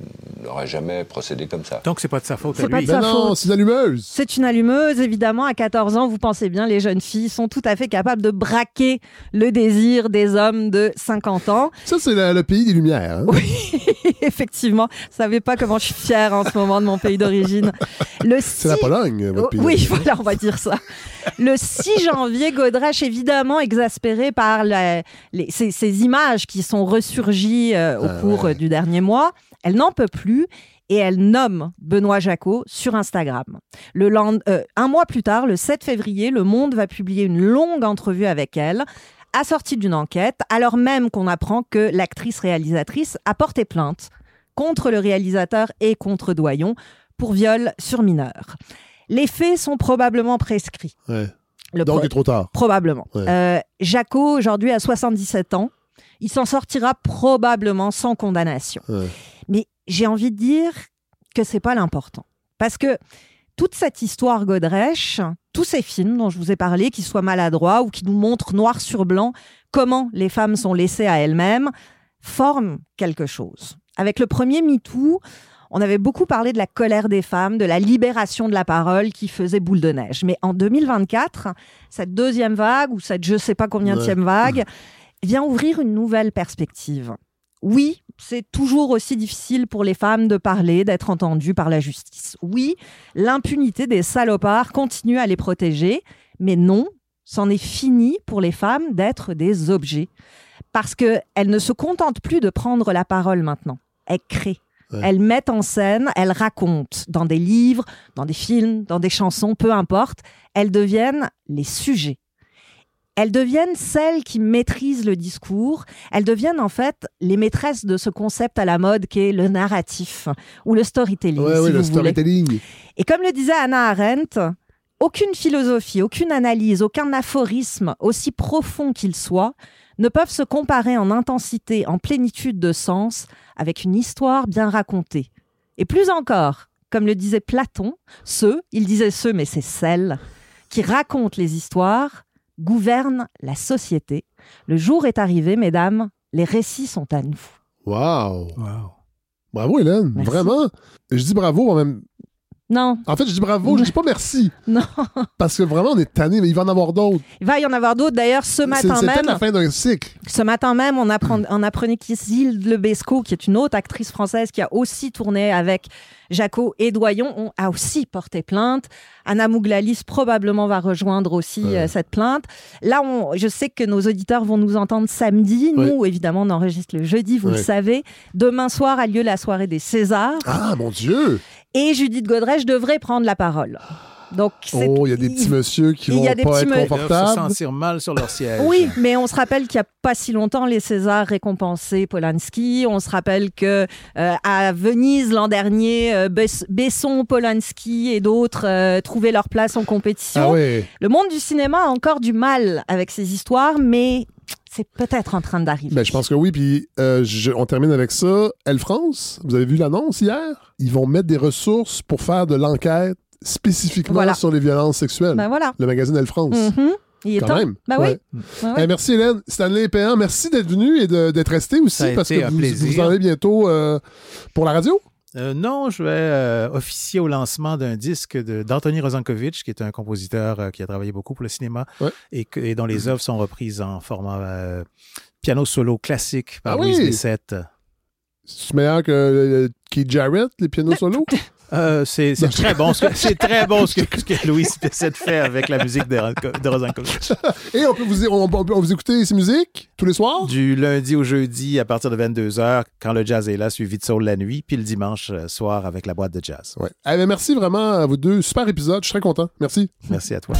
Speaker 8: n'aurait jamais procédé comme ça.
Speaker 3: Donc, c'est pas de sa faute à
Speaker 2: C'est
Speaker 3: lui.
Speaker 2: pas de sa
Speaker 1: Ben non,
Speaker 2: faute.
Speaker 1: c'est une allumeuse.
Speaker 2: C'est une allumeuse, évidemment. À quatorze ans, vous pensez bien, les jeunes filles sont tout à fait capables de braquer le désir des hommes de cinquante ans.
Speaker 1: Ça, c'est le, le pays des Lumières. Hein?
Speaker 2: Oui, effectivement. Vous savez pas comment je suis fière en ce moment de mon pays d'origine. Le
Speaker 1: C'est la
Speaker 2: six
Speaker 1: Pologne, votre pays.
Speaker 2: Oui,
Speaker 1: d'origine.
Speaker 2: voilà, on va dire ça. Le six janvier, Godrèche, évidemment exaspéré par la- les- ces, ces images qui sont ressurgies euh, au
Speaker 1: Ah,
Speaker 2: cours
Speaker 1: ouais.
Speaker 2: euh, du dernier mois, elle n'en peut plus et elle nomme Benoît Jacot sur Instagram. Le land- euh, un mois plus tard, le sept février, Le Monde va publier une longue entrevue avec elle, assortie d'une enquête, alors même qu'on apprend que l'actrice-réalisatrice a porté plainte contre le réalisateur et contre Doyon pour viol sur mineur. Les faits sont probablement prescrits.
Speaker 1: Ouais.
Speaker 2: Le
Speaker 1: Donc,
Speaker 2: pro-
Speaker 1: il est trop tard.
Speaker 2: Probablement.
Speaker 1: Ouais.
Speaker 2: Euh, Jacot, aujourd'hui, a soixante-dix-sept ans. Il s'en sortira probablement sans condamnation.
Speaker 1: Ouais.
Speaker 2: Mais j'ai envie de dire que c'est pas l'important. Parce que toute cette histoire Godrèche, tous ces films dont je vous ai parlé, qui soient maladroits ou qui nous montrent noir sur blanc comment les femmes sont laissées à elles-mêmes, forment quelque chose. Avec le premier MeToo, on avait beaucoup parlé de la colère des femmes, de la libération de la parole qui faisait boule de neige. Mais en deux mille vingt-quatre, cette deuxième vague, ou cette je ne sais pas combienième vague, vient ouvrir une nouvelle perspective. Oui, c'est toujours aussi difficile pour les femmes de parler, d'être entendues par la justice. Oui, l'impunité des salopards continue à les protéger, mais non, c'en est fini pour les femmes d'être des objets. Parce qu'elles ne se contentent plus de prendre la parole maintenant. Elles créent.
Speaker 1: Ouais.
Speaker 2: Elles mettent en scène, elles racontent dans des livres, dans des films, dans des chansons, peu importe. Elles deviennent les sujets. Elles deviennent celles qui maîtrisent le discours. Elles deviennent en fait les maîtresses de ce concept à la mode qu'est le narratif ou le storytelling.
Speaker 1: Ouais,
Speaker 2: si
Speaker 1: oui,
Speaker 2: vous
Speaker 1: le
Speaker 2: voulez.
Speaker 1: storytelling.
Speaker 2: Et comme le disait Hannah Arendt, aucune philosophie, aucune analyse, aucun aphorisme, aussi profond qu'il soit, ne peuvent se comparer en intensité, en plénitude de sens, avec une histoire bien racontée. Et plus encore, comme le disait Platon, ceux, il disait ceux, mais c'est celles, qui racontent les histoires, gouvernent la société. Le jour est arrivé, mesdames, les récits sont à nous.
Speaker 1: Wow.
Speaker 3: Wow.
Speaker 1: Bravo, Hélène.
Speaker 2: Merci.
Speaker 1: Vraiment. Je dis bravo en même.
Speaker 2: Non,
Speaker 1: En fait, je dis bravo, je dis pas merci.
Speaker 2: non.
Speaker 1: Parce que vraiment, on est tanné, mais il va en avoir d'autres.
Speaker 2: Il va y en avoir d'autres. D'ailleurs, ce
Speaker 1: C'est
Speaker 2: matin
Speaker 1: c'est peut-être
Speaker 2: même...
Speaker 1: la fin d'un cycle.
Speaker 2: Ce matin même, on, apprend, on apprenait qu'Isilde Lebesco, qui est une autre actrice française qui a aussi tourné avec Jacot et Doyon, on a aussi porté plainte. Anna Mouglalis probablement va rejoindre aussi
Speaker 1: Ouais.
Speaker 2: euh, cette plainte. Là, on, je sais que nos auditeurs vont nous entendre samedi.
Speaker 1: Ouais.
Speaker 2: Nous, évidemment, on enregistre le jeudi, vous
Speaker 1: Ouais.
Speaker 2: le savez. Demain soir a lieu la soirée des Césars.
Speaker 1: Ah, mon Dieu!
Speaker 2: Et Judith Godrèche devrait prendre la parole. Donc, c'est-
Speaker 1: Oh, il y a des petits messieurs qui
Speaker 2: il
Speaker 1: vont
Speaker 2: y a des
Speaker 1: pas
Speaker 2: petits
Speaker 1: être
Speaker 2: me-
Speaker 3: Ils doivent se
Speaker 1: confortables.
Speaker 3: sentir mal sur leur siège.
Speaker 2: Oui, mais on se rappelle qu'il n'y a pas si longtemps, les Césars récompensaient Polanski. On se rappelle que euh, à Venise l'an dernier, euh, Bess- Besson, Polanski et d'autres euh, trouvaient leur place en compétition.
Speaker 1: Ah ouais.
Speaker 2: Le monde du cinéma a encore du mal avec ces histoires, mais c'est peut-être en train d'arriver.
Speaker 1: Ben, je pense que oui. Puis euh, je- on termine avec ça. Elle France, vous avez vu l'annonce hier? Ils vont mettre des ressources pour faire de l'enquête spécifiquement
Speaker 2: Voilà.
Speaker 1: sur les violences sexuelles.
Speaker 2: Ben voilà.
Speaker 1: Le magazine Elle France.
Speaker 2: Mhm. Il est
Speaker 1: Quand
Speaker 2: temps.
Speaker 1: même.
Speaker 2: Ben oui.
Speaker 1: Ouais.
Speaker 2: Ben oui.
Speaker 1: Eh, merci Hélène. Stanley Péan, merci d'être venu et de- d'être resté aussi
Speaker 3: Ça a
Speaker 1: parce
Speaker 3: été
Speaker 1: que
Speaker 3: un
Speaker 1: vous,
Speaker 3: plaisir.
Speaker 1: vous en avez bientôt euh, pour la radio.
Speaker 3: Euh, non, je vais euh, officier au lancement d'un disque de- d'Anthony Rosankovitch, qui est un compositeur euh, qui a travaillé beaucoup pour le cinéma
Speaker 1: Ouais.
Speaker 3: et, que- et dont les œuvres sont reprises en format euh, piano solo classique par
Speaker 1: Ah
Speaker 3: Louise
Speaker 1: oui?
Speaker 3: Bessette.
Speaker 1: C'est meilleur que euh, Keith Jarrett, les pianos solo?
Speaker 3: Euh, c'est c'est très bon ce que, c'est très bon ce que, ce que Louise Bessette fait avec la musique de, de Rosankovitch.
Speaker 1: Et on peut, vous, on, on peut vous écouter ces musiques tous les soirs?
Speaker 3: Du lundi au jeudi à partir de vingt-deux heures, quand le jazz est là, suivi de soul la nuit, puis le dimanche euh, soir avec la boîte de jazz.
Speaker 1: Ouais. Eh ben, merci vraiment à vous deux. Super épisode. Je suis très content. Merci.
Speaker 3: Merci à toi.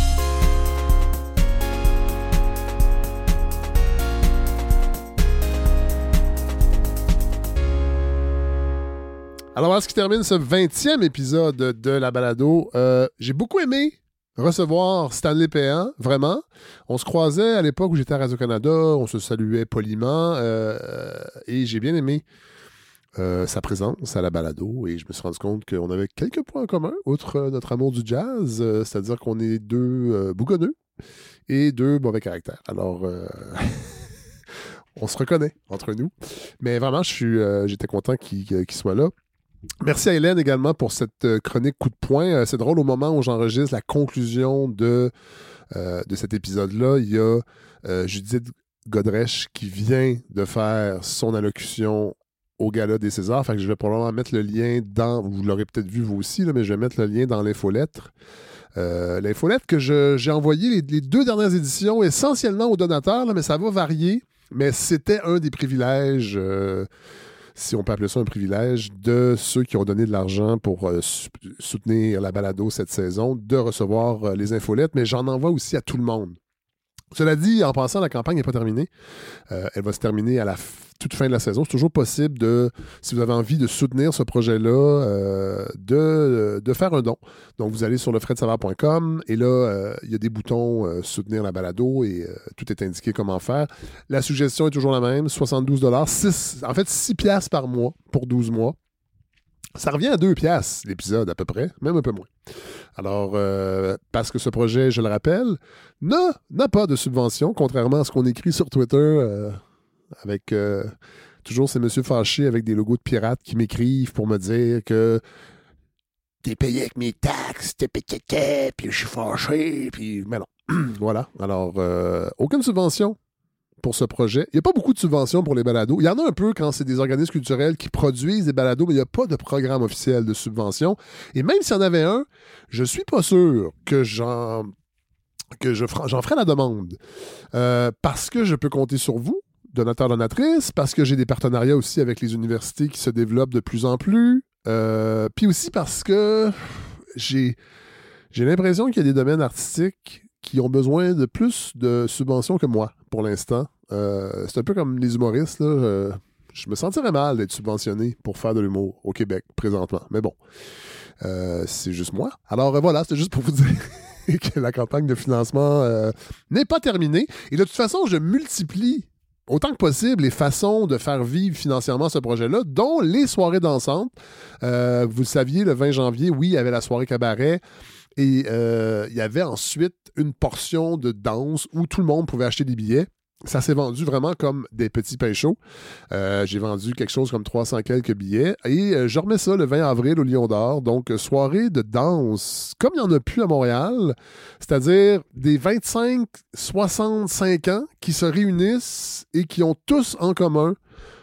Speaker 1: Alors, voilà ce qui termine ce vingtième épisode de La Balado. Euh, j'ai beaucoup aimé recevoir Stanley Péan, vraiment. On se croisait à l'époque où j'étais à Radio-Canada, on se saluait poliment, euh, et j'ai bien aimé euh, sa présence à La Balado, et je me suis rendu compte qu'on avait quelques points en commun, outre notre amour du jazz, euh, c'est-à-dire qu'on est deux euh, bougonneux et deux mauvais caractères. Alors... Euh... on se reconnaît entre nous. Mais vraiment, je suis, euh, j'étais content qu'il, qu'il soit là. Merci à Hélène également pour cette euh, chronique coup de poing. Euh, c'est drôle, au moment où j'enregistre la conclusion de, euh, de cet épisode-là, il y a euh, Judith Godrèche qui vient de faire son allocution au Gala des Césars. Fait que je vais probablement mettre le lien dans... Vous l'aurez peut-être vu vous aussi, là, mais je vais mettre le lien dans l'infolettre. Euh, l'infolettre que je, j'ai envoyé les, les deux dernières éditions essentiellement aux donateurs, là, mais ça va varier. Mais c'était un des privilèges... Euh, si on peut appeler ça un privilège, de ceux qui ont donné de l'argent pour euh, soutenir la balado cette saison, de recevoir euh, les infolettes, mais j'en envoie aussi à tout le monde. Cela dit, en passant, la campagne n'est pas terminée. Euh, elle va se terminer à la f- toute fin de la saison. C'est toujours possible de, si vous avez envie de soutenir ce projet-là, euh, de, de faire un don. Donc, vous allez sur le fred savard point com et là, euh, il y a des boutons euh, soutenir la balado et euh, tout est indiqué comment faire. La suggestion est toujours la même, soixante-douze dollars, six, en fait six piastres par mois pour douze mois. Ça revient à deux piastres l'épisode à peu près, même un peu moins. Alors, euh, parce que ce projet, je le rappelle, n'a, n'a pas de subvention, contrairement à ce qu'on écrit sur Twitter, euh, avec euh, toujours ces messieurs fâchés avec des logos de pirates qui m'écrivent pour me dire que t'es payé avec mes taxes, t'es payé, puis je suis fâché, puis... Mais non, voilà. Alors, euh, aucune subvention pour ce projet. Il n'y a pas beaucoup de subventions pour les balados. Il y en a un peu quand c'est des organismes culturels qui produisent des balados, mais il n'y a pas de programme officiel de subvention. Et même s'il y en avait un, je ne suis pas sûr que j'en, que je, j'en ferai la demande. Euh, parce que je peux compter sur vous, donateurs, donatrices, parce que j'ai des partenariats aussi avec les universités qui se développent de plus en plus, euh, puis aussi parce que j'ai, j'ai l'impression qu'il y a des domaines artistiques qui ont besoin de plus de subventions que moi, pour l'instant. Euh, c'est un peu comme les humoristes, là. Euh, je me sentirais mal d'être subventionné pour faire de l'humour au Québec, présentement. Mais bon, euh, c'est juste moi. Alors euh, voilà, c'était juste pour vous dire que la campagne de financement euh, n'est pas terminée. Et de toute façon, je multiplie autant que possible les façons de faire vivre financièrement ce projet-là, dont les soirées dansantes. Euh, vous le saviez, le vingt janvier, oui, il y avait la soirée cabaret. Et euh, il y avait ensuite une portion de danse où tout le monde pouvait acheter des billets. Ça s'est vendu vraiment comme des petits pains chauds. Euh, j'ai vendu quelque chose comme trois cents quelques billets. Et euh, je remets ça le vingt avril au Lion d'Or. Donc, soirée de danse, comme il n'y en a plus à Montréal, c'est-à-dire des vingt-cinq à soixante-cinq ans qui se réunissent et qui ont tous en commun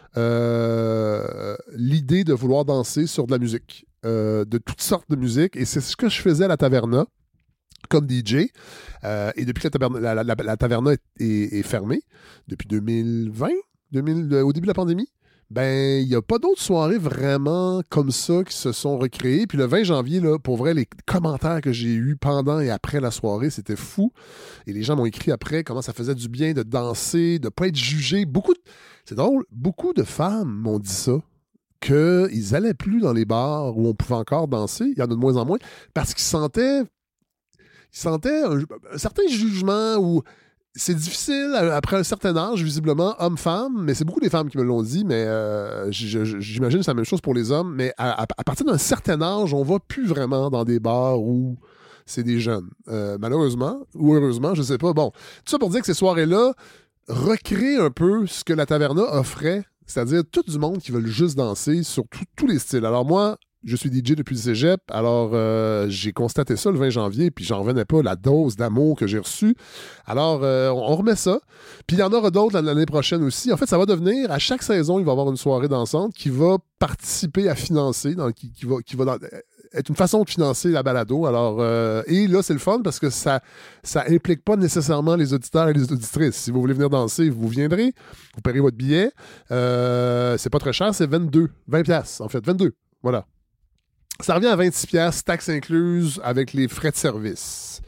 Speaker 1: euh, l'idée de vouloir danser sur de la musique. Euh, de toutes sortes de musique. Et c'est ce que je faisais à la Taverna comme D J. Euh, et depuis que la Taverna, la, la, la taverna est, est, est fermée, depuis deux mille vingt, deux mille, au début de la pandémie, ben, il n'y a pas d'autres soirées vraiment comme ça qui se sont recréées. Puis le vingt janvier, là, pour vrai, les commentaires que j'ai eus pendant et après la soirée, c'était fou. Et les gens m'ont écrit après comment ça faisait du bien de danser, de ne pas être jugé. Beaucoup de... C'est drôle, beaucoup de femmes m'ont dit ça. Qu'ils n'allaient plus dans les bars où on pouvait encore danser, il y en a de moins en moins, parce qu'ils sentaient, ils sentaient un, un certain jugement où c'est difficile après un certain âge, visiblement, homme-femme, mais c'est beaucoup des femmes qui me l'ont dit, mais euh, j'imagine que c'est la même chose pour les hommes, mais à, à, à partir d'un certain âge, on ne va plus vraiment dans des bars où c'est des jeunes. Euh, malheureusement, ou heureusement, je ne sais pas. Bon, tout ça pour dire que ces soirées-là recréent un peu ce que la Taverna offrait. C'est-à-dire tout du monde qui veulent juste danser sur tout, tous les styles. Alors moi, je suis D J depuis le cégep, alors euh, j'ai constaté ça le vingt janvier, puis j'en revenais pas, la dose d'amour que j'ai reçue. Alors, euh, on remet ça. Puis il y en aura d'autres l'année prochaine aussi. En fait, ça va devenir, à chaque saison, il va y avoir une soirée dansante qui va participer à financer, dans, qui, qui va, qui va dans, être une façon de financer la balado. Alors, euh, et là, c'est le fun parce que ça ça implique pas nécessairement les auditeurs et les auditrices. Si vous voulez venir danser, vous viendrez, vous paierez votre billet. Euh, c'est pas très cher, c'est vingt-deux, vingt piastres en fait, vingt-deux, voilà. Ça revient à vingt-six piastres, taxes incluses, avec les frais de service.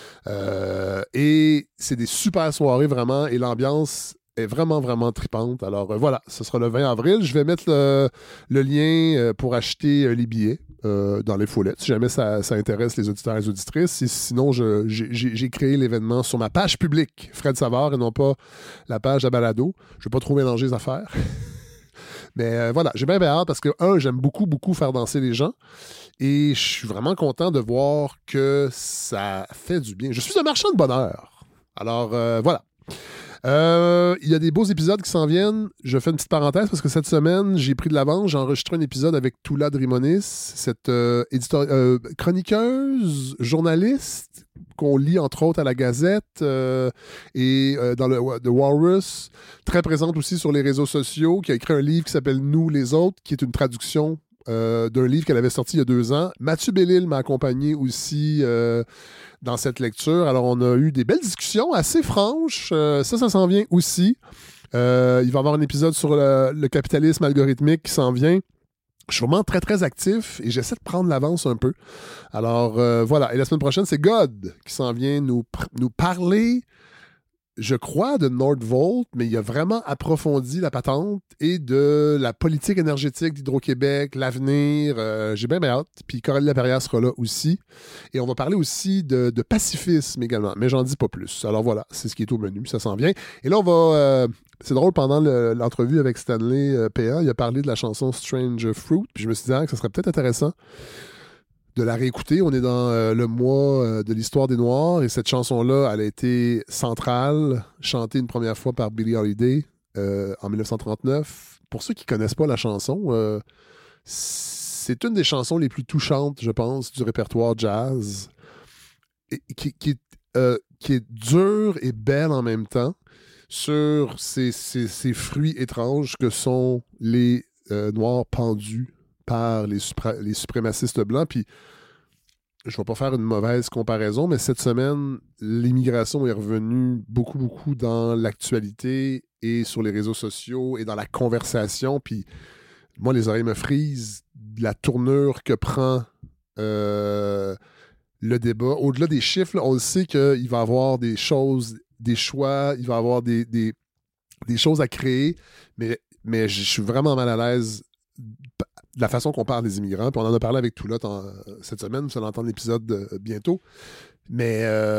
Speaker 1: Euh, et c'est des super soirées, vraiment, et l'ambiance est vraiment, vraiment tripante. Alors euh, voilà, ce sera le vingt avril. Je vais mettre le, le lien euh, pour acheter euh, les billets euh, dans les foulettes, si jamais ça, ça intéresse les auditeurs et les auditrices. Et sinon, je, j'ai, j'ai créé l'événement sur ma page publique, Fred Savard, et non pas la page à balado. Je ne vais pas trop mélanger les affaires. Mais euh, voilà, j'ai bien, bien hâte parce que, un, j'aime beaucoup, beaucoup faire danser les gens. Et je suis vraiment content de voir que ça fait du bien. Je suis un marchand de bonheur. Alors, euh, voilà. Euh, il y a des beaux épisodes qui s'en viennent. Je fais une petite parenthèse parce que cette semaine, j'ai pris de l'avance. J'ai enregistré un épisode avec Toula Drimonis, cette euh, éditor- euh, chroniqueuse, journaliste qu'on lit entre autres à la Gazette euh, et euh, dans le The Walrus, très présente aussi sur les réseaux sociaux, qui a écrit un livre qui s'appelle Nous les autres, qui est une traduction euh, d'un livre qu'elle avait sorti il y a deux ans. Mathieu Bellil m'a accompagné aussi euh, dans cette lecture. Alors, on a eu des belles discussions assez franches. Euh, ça, ça s'en vient aussi. Euh, il va y avoir un épisode sur le, le capitalisme algorithmique qui s'en vient. Je suis vraiment très, très actif et j'essaie de prendre l'avance un peu. Alors, euh, voilà. Et la semaine prochaine, c'est God qui s'en vient nous, pr- nous parler, je crois, de Nordvolt, mais il a vraiment approfondi la patente et de la politique énergétique d'Hydro-Québec, l'avenir. Euh, j'ai bien bien hâte. Puis Coralie Laperrière sera là aussi. Et on va parler aussi de, de pacifisme également, mais j'en dis pas plus. Alors voilà, c'est ce qui est au menu, ça s'en vient. Et là, on va... Euh, c'est drôle, pendant le, l'entrevue avec Stanley euh, P A, il a parlé de la chanson Strange Fruit, puis je me suis dit ah, que ce serait peut-être intéressant de la réécouter. On est dans euh, le mois euh, de l'histoire des Noirs et cette chanson-là, elle a été centrale, chantée une première fois par Billie Holiday euh, en dix-neuf cent trente-neuf. Pour ceux qui ne connaissent pas la chanson, euh, c'est une des chansons les plus touchantes, je pense, du répertoire jazz, et, qui, qui, est, euh, qui est dure et belle en même temps sur ces, ces, ces fruits étranges que sont les euh, Noirs pendus par les, supra- les suprémacistes blancs. Puis, je ne vais pas faire une mauvaise comparaison, mais cette semaine, l'immigration est revenue beaucoup, beaucoup dans l'actualité et sur les réseaux sociaux et dans la conversation. Puis, moi, les oreilles me frisent de la tournure que prend euh, le débat. Au-delà des chiffres, là, on le sait qu'il va y avoir des choses, des choix, il va y avoir des, des, des choses à créer, mais, mais je suis vraiment mal à l'aise de la façon qu'on parle des immigrants. Puis on en a parlé avec Toulotte en, cette semaine, vous allez entendre l'épisode euh, bientôt. Mais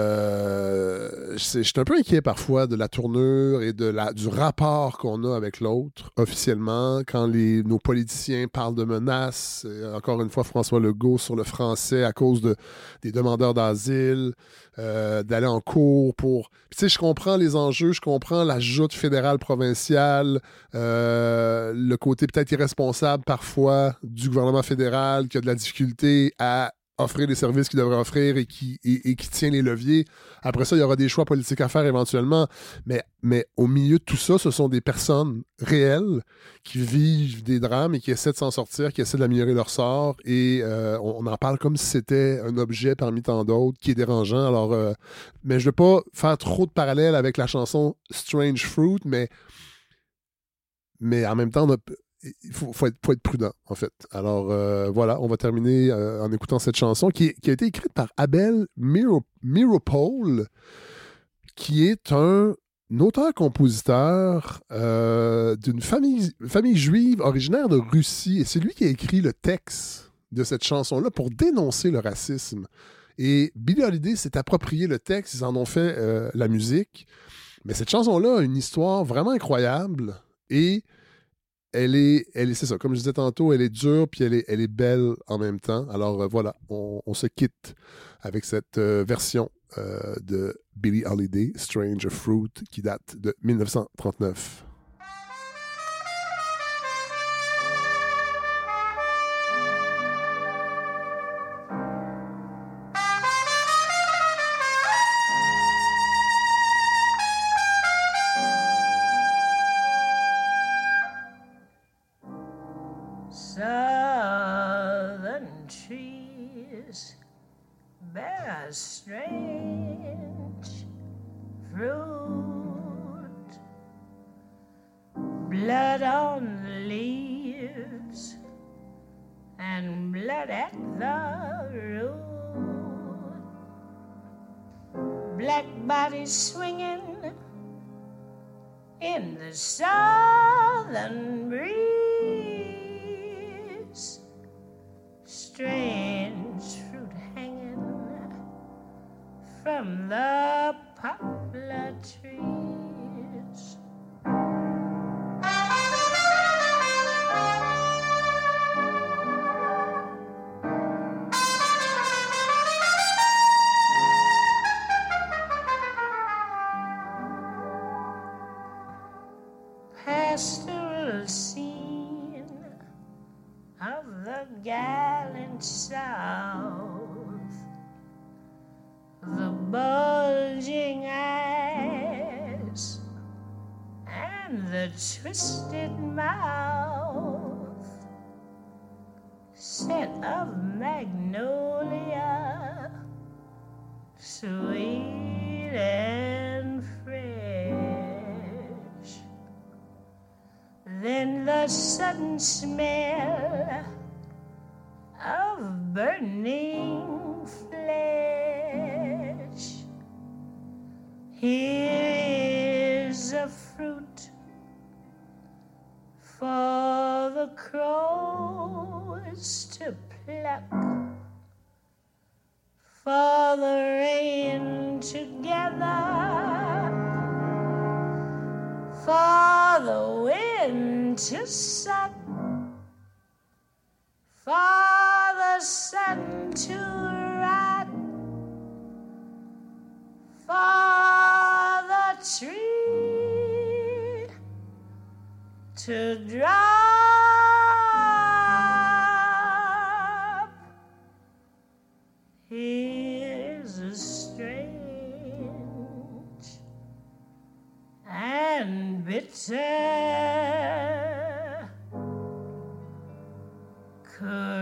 Speaker 1: euh, je suis un peu inquiet parfois de la tournure et de la, du rapport qu'on a avec l'autre officiellement quand les, nos politiciens parlent de menaces. Et encore une fois, François Legault sur le français à cause de, des demandeurs d'asile, euh, d'aller en cours pour... Tu sais, je comprends les enjeux, je comprends la joute fédérale provinciale, euh, le côté peut-être irresponsable parfois du gouvernement fédéral qui a de la difficulté à offrir les services qu'il devrait offrir et qui, et, et qui tient les leviers. Après ça, il y aura des choix politiques à faire éventuellement. Mais, mais au milieu de tout ça, ce sont des personnes réelles qui vivent des drames et qui essaient de s'en sortir, qui essaient d'améliorer leur sort. Et euh, on, on en parle comme si c'était un objet parmi tant d'autres qui est dérangeant. Alors, euh, mais je ne vais pas faire trop de parallèles avec la chanson Strange Fruit, mais, mais en même temps, on a... il faut, faut, être, faut être prudent, en fait. Alors, euh, voilà, on va terminer euh, en écoutant cette chanson qui, qui a été écrite par Abel Miro, Meeropol, qui est un auteur-compositeur euh, d'une famille, famille juive originaire de Russie. Et c'est lui qui a écrit le texte de cette chanson-là pour dénoncer le racisme. Et Billie Holiday s'est approprié le texte, ils en ont fait euh, la musique. Mais cette chanson-là a une histoire vraiment incroyable et Elle est, elle est, c'est ça, comme je disais tantôt, elle est dure puis elle est, elle est belle en même temps. Alors euh, voilà, on, on se quitte avec cette euh, version euh, de Billie Holiday, Strange Fruit, qui date de dix-neuf cent trente-neuf.
Speaker 9: Southern trees bear a strange fruit, blood on the leaves and blood at the root, black bodies swinging in the southern breeze, strange fruit hanging from the poplar trees. gallant south, the bulging eyes and the twisted mouth, scent of magnolia, sweet and fresh. Then the sudden smell of burning flesh. Here is a fruit for the crows to pluck, for the rain to gather, for the wind to suck, for the sun to rot, for the tree to drop. Here's a strange and bitter could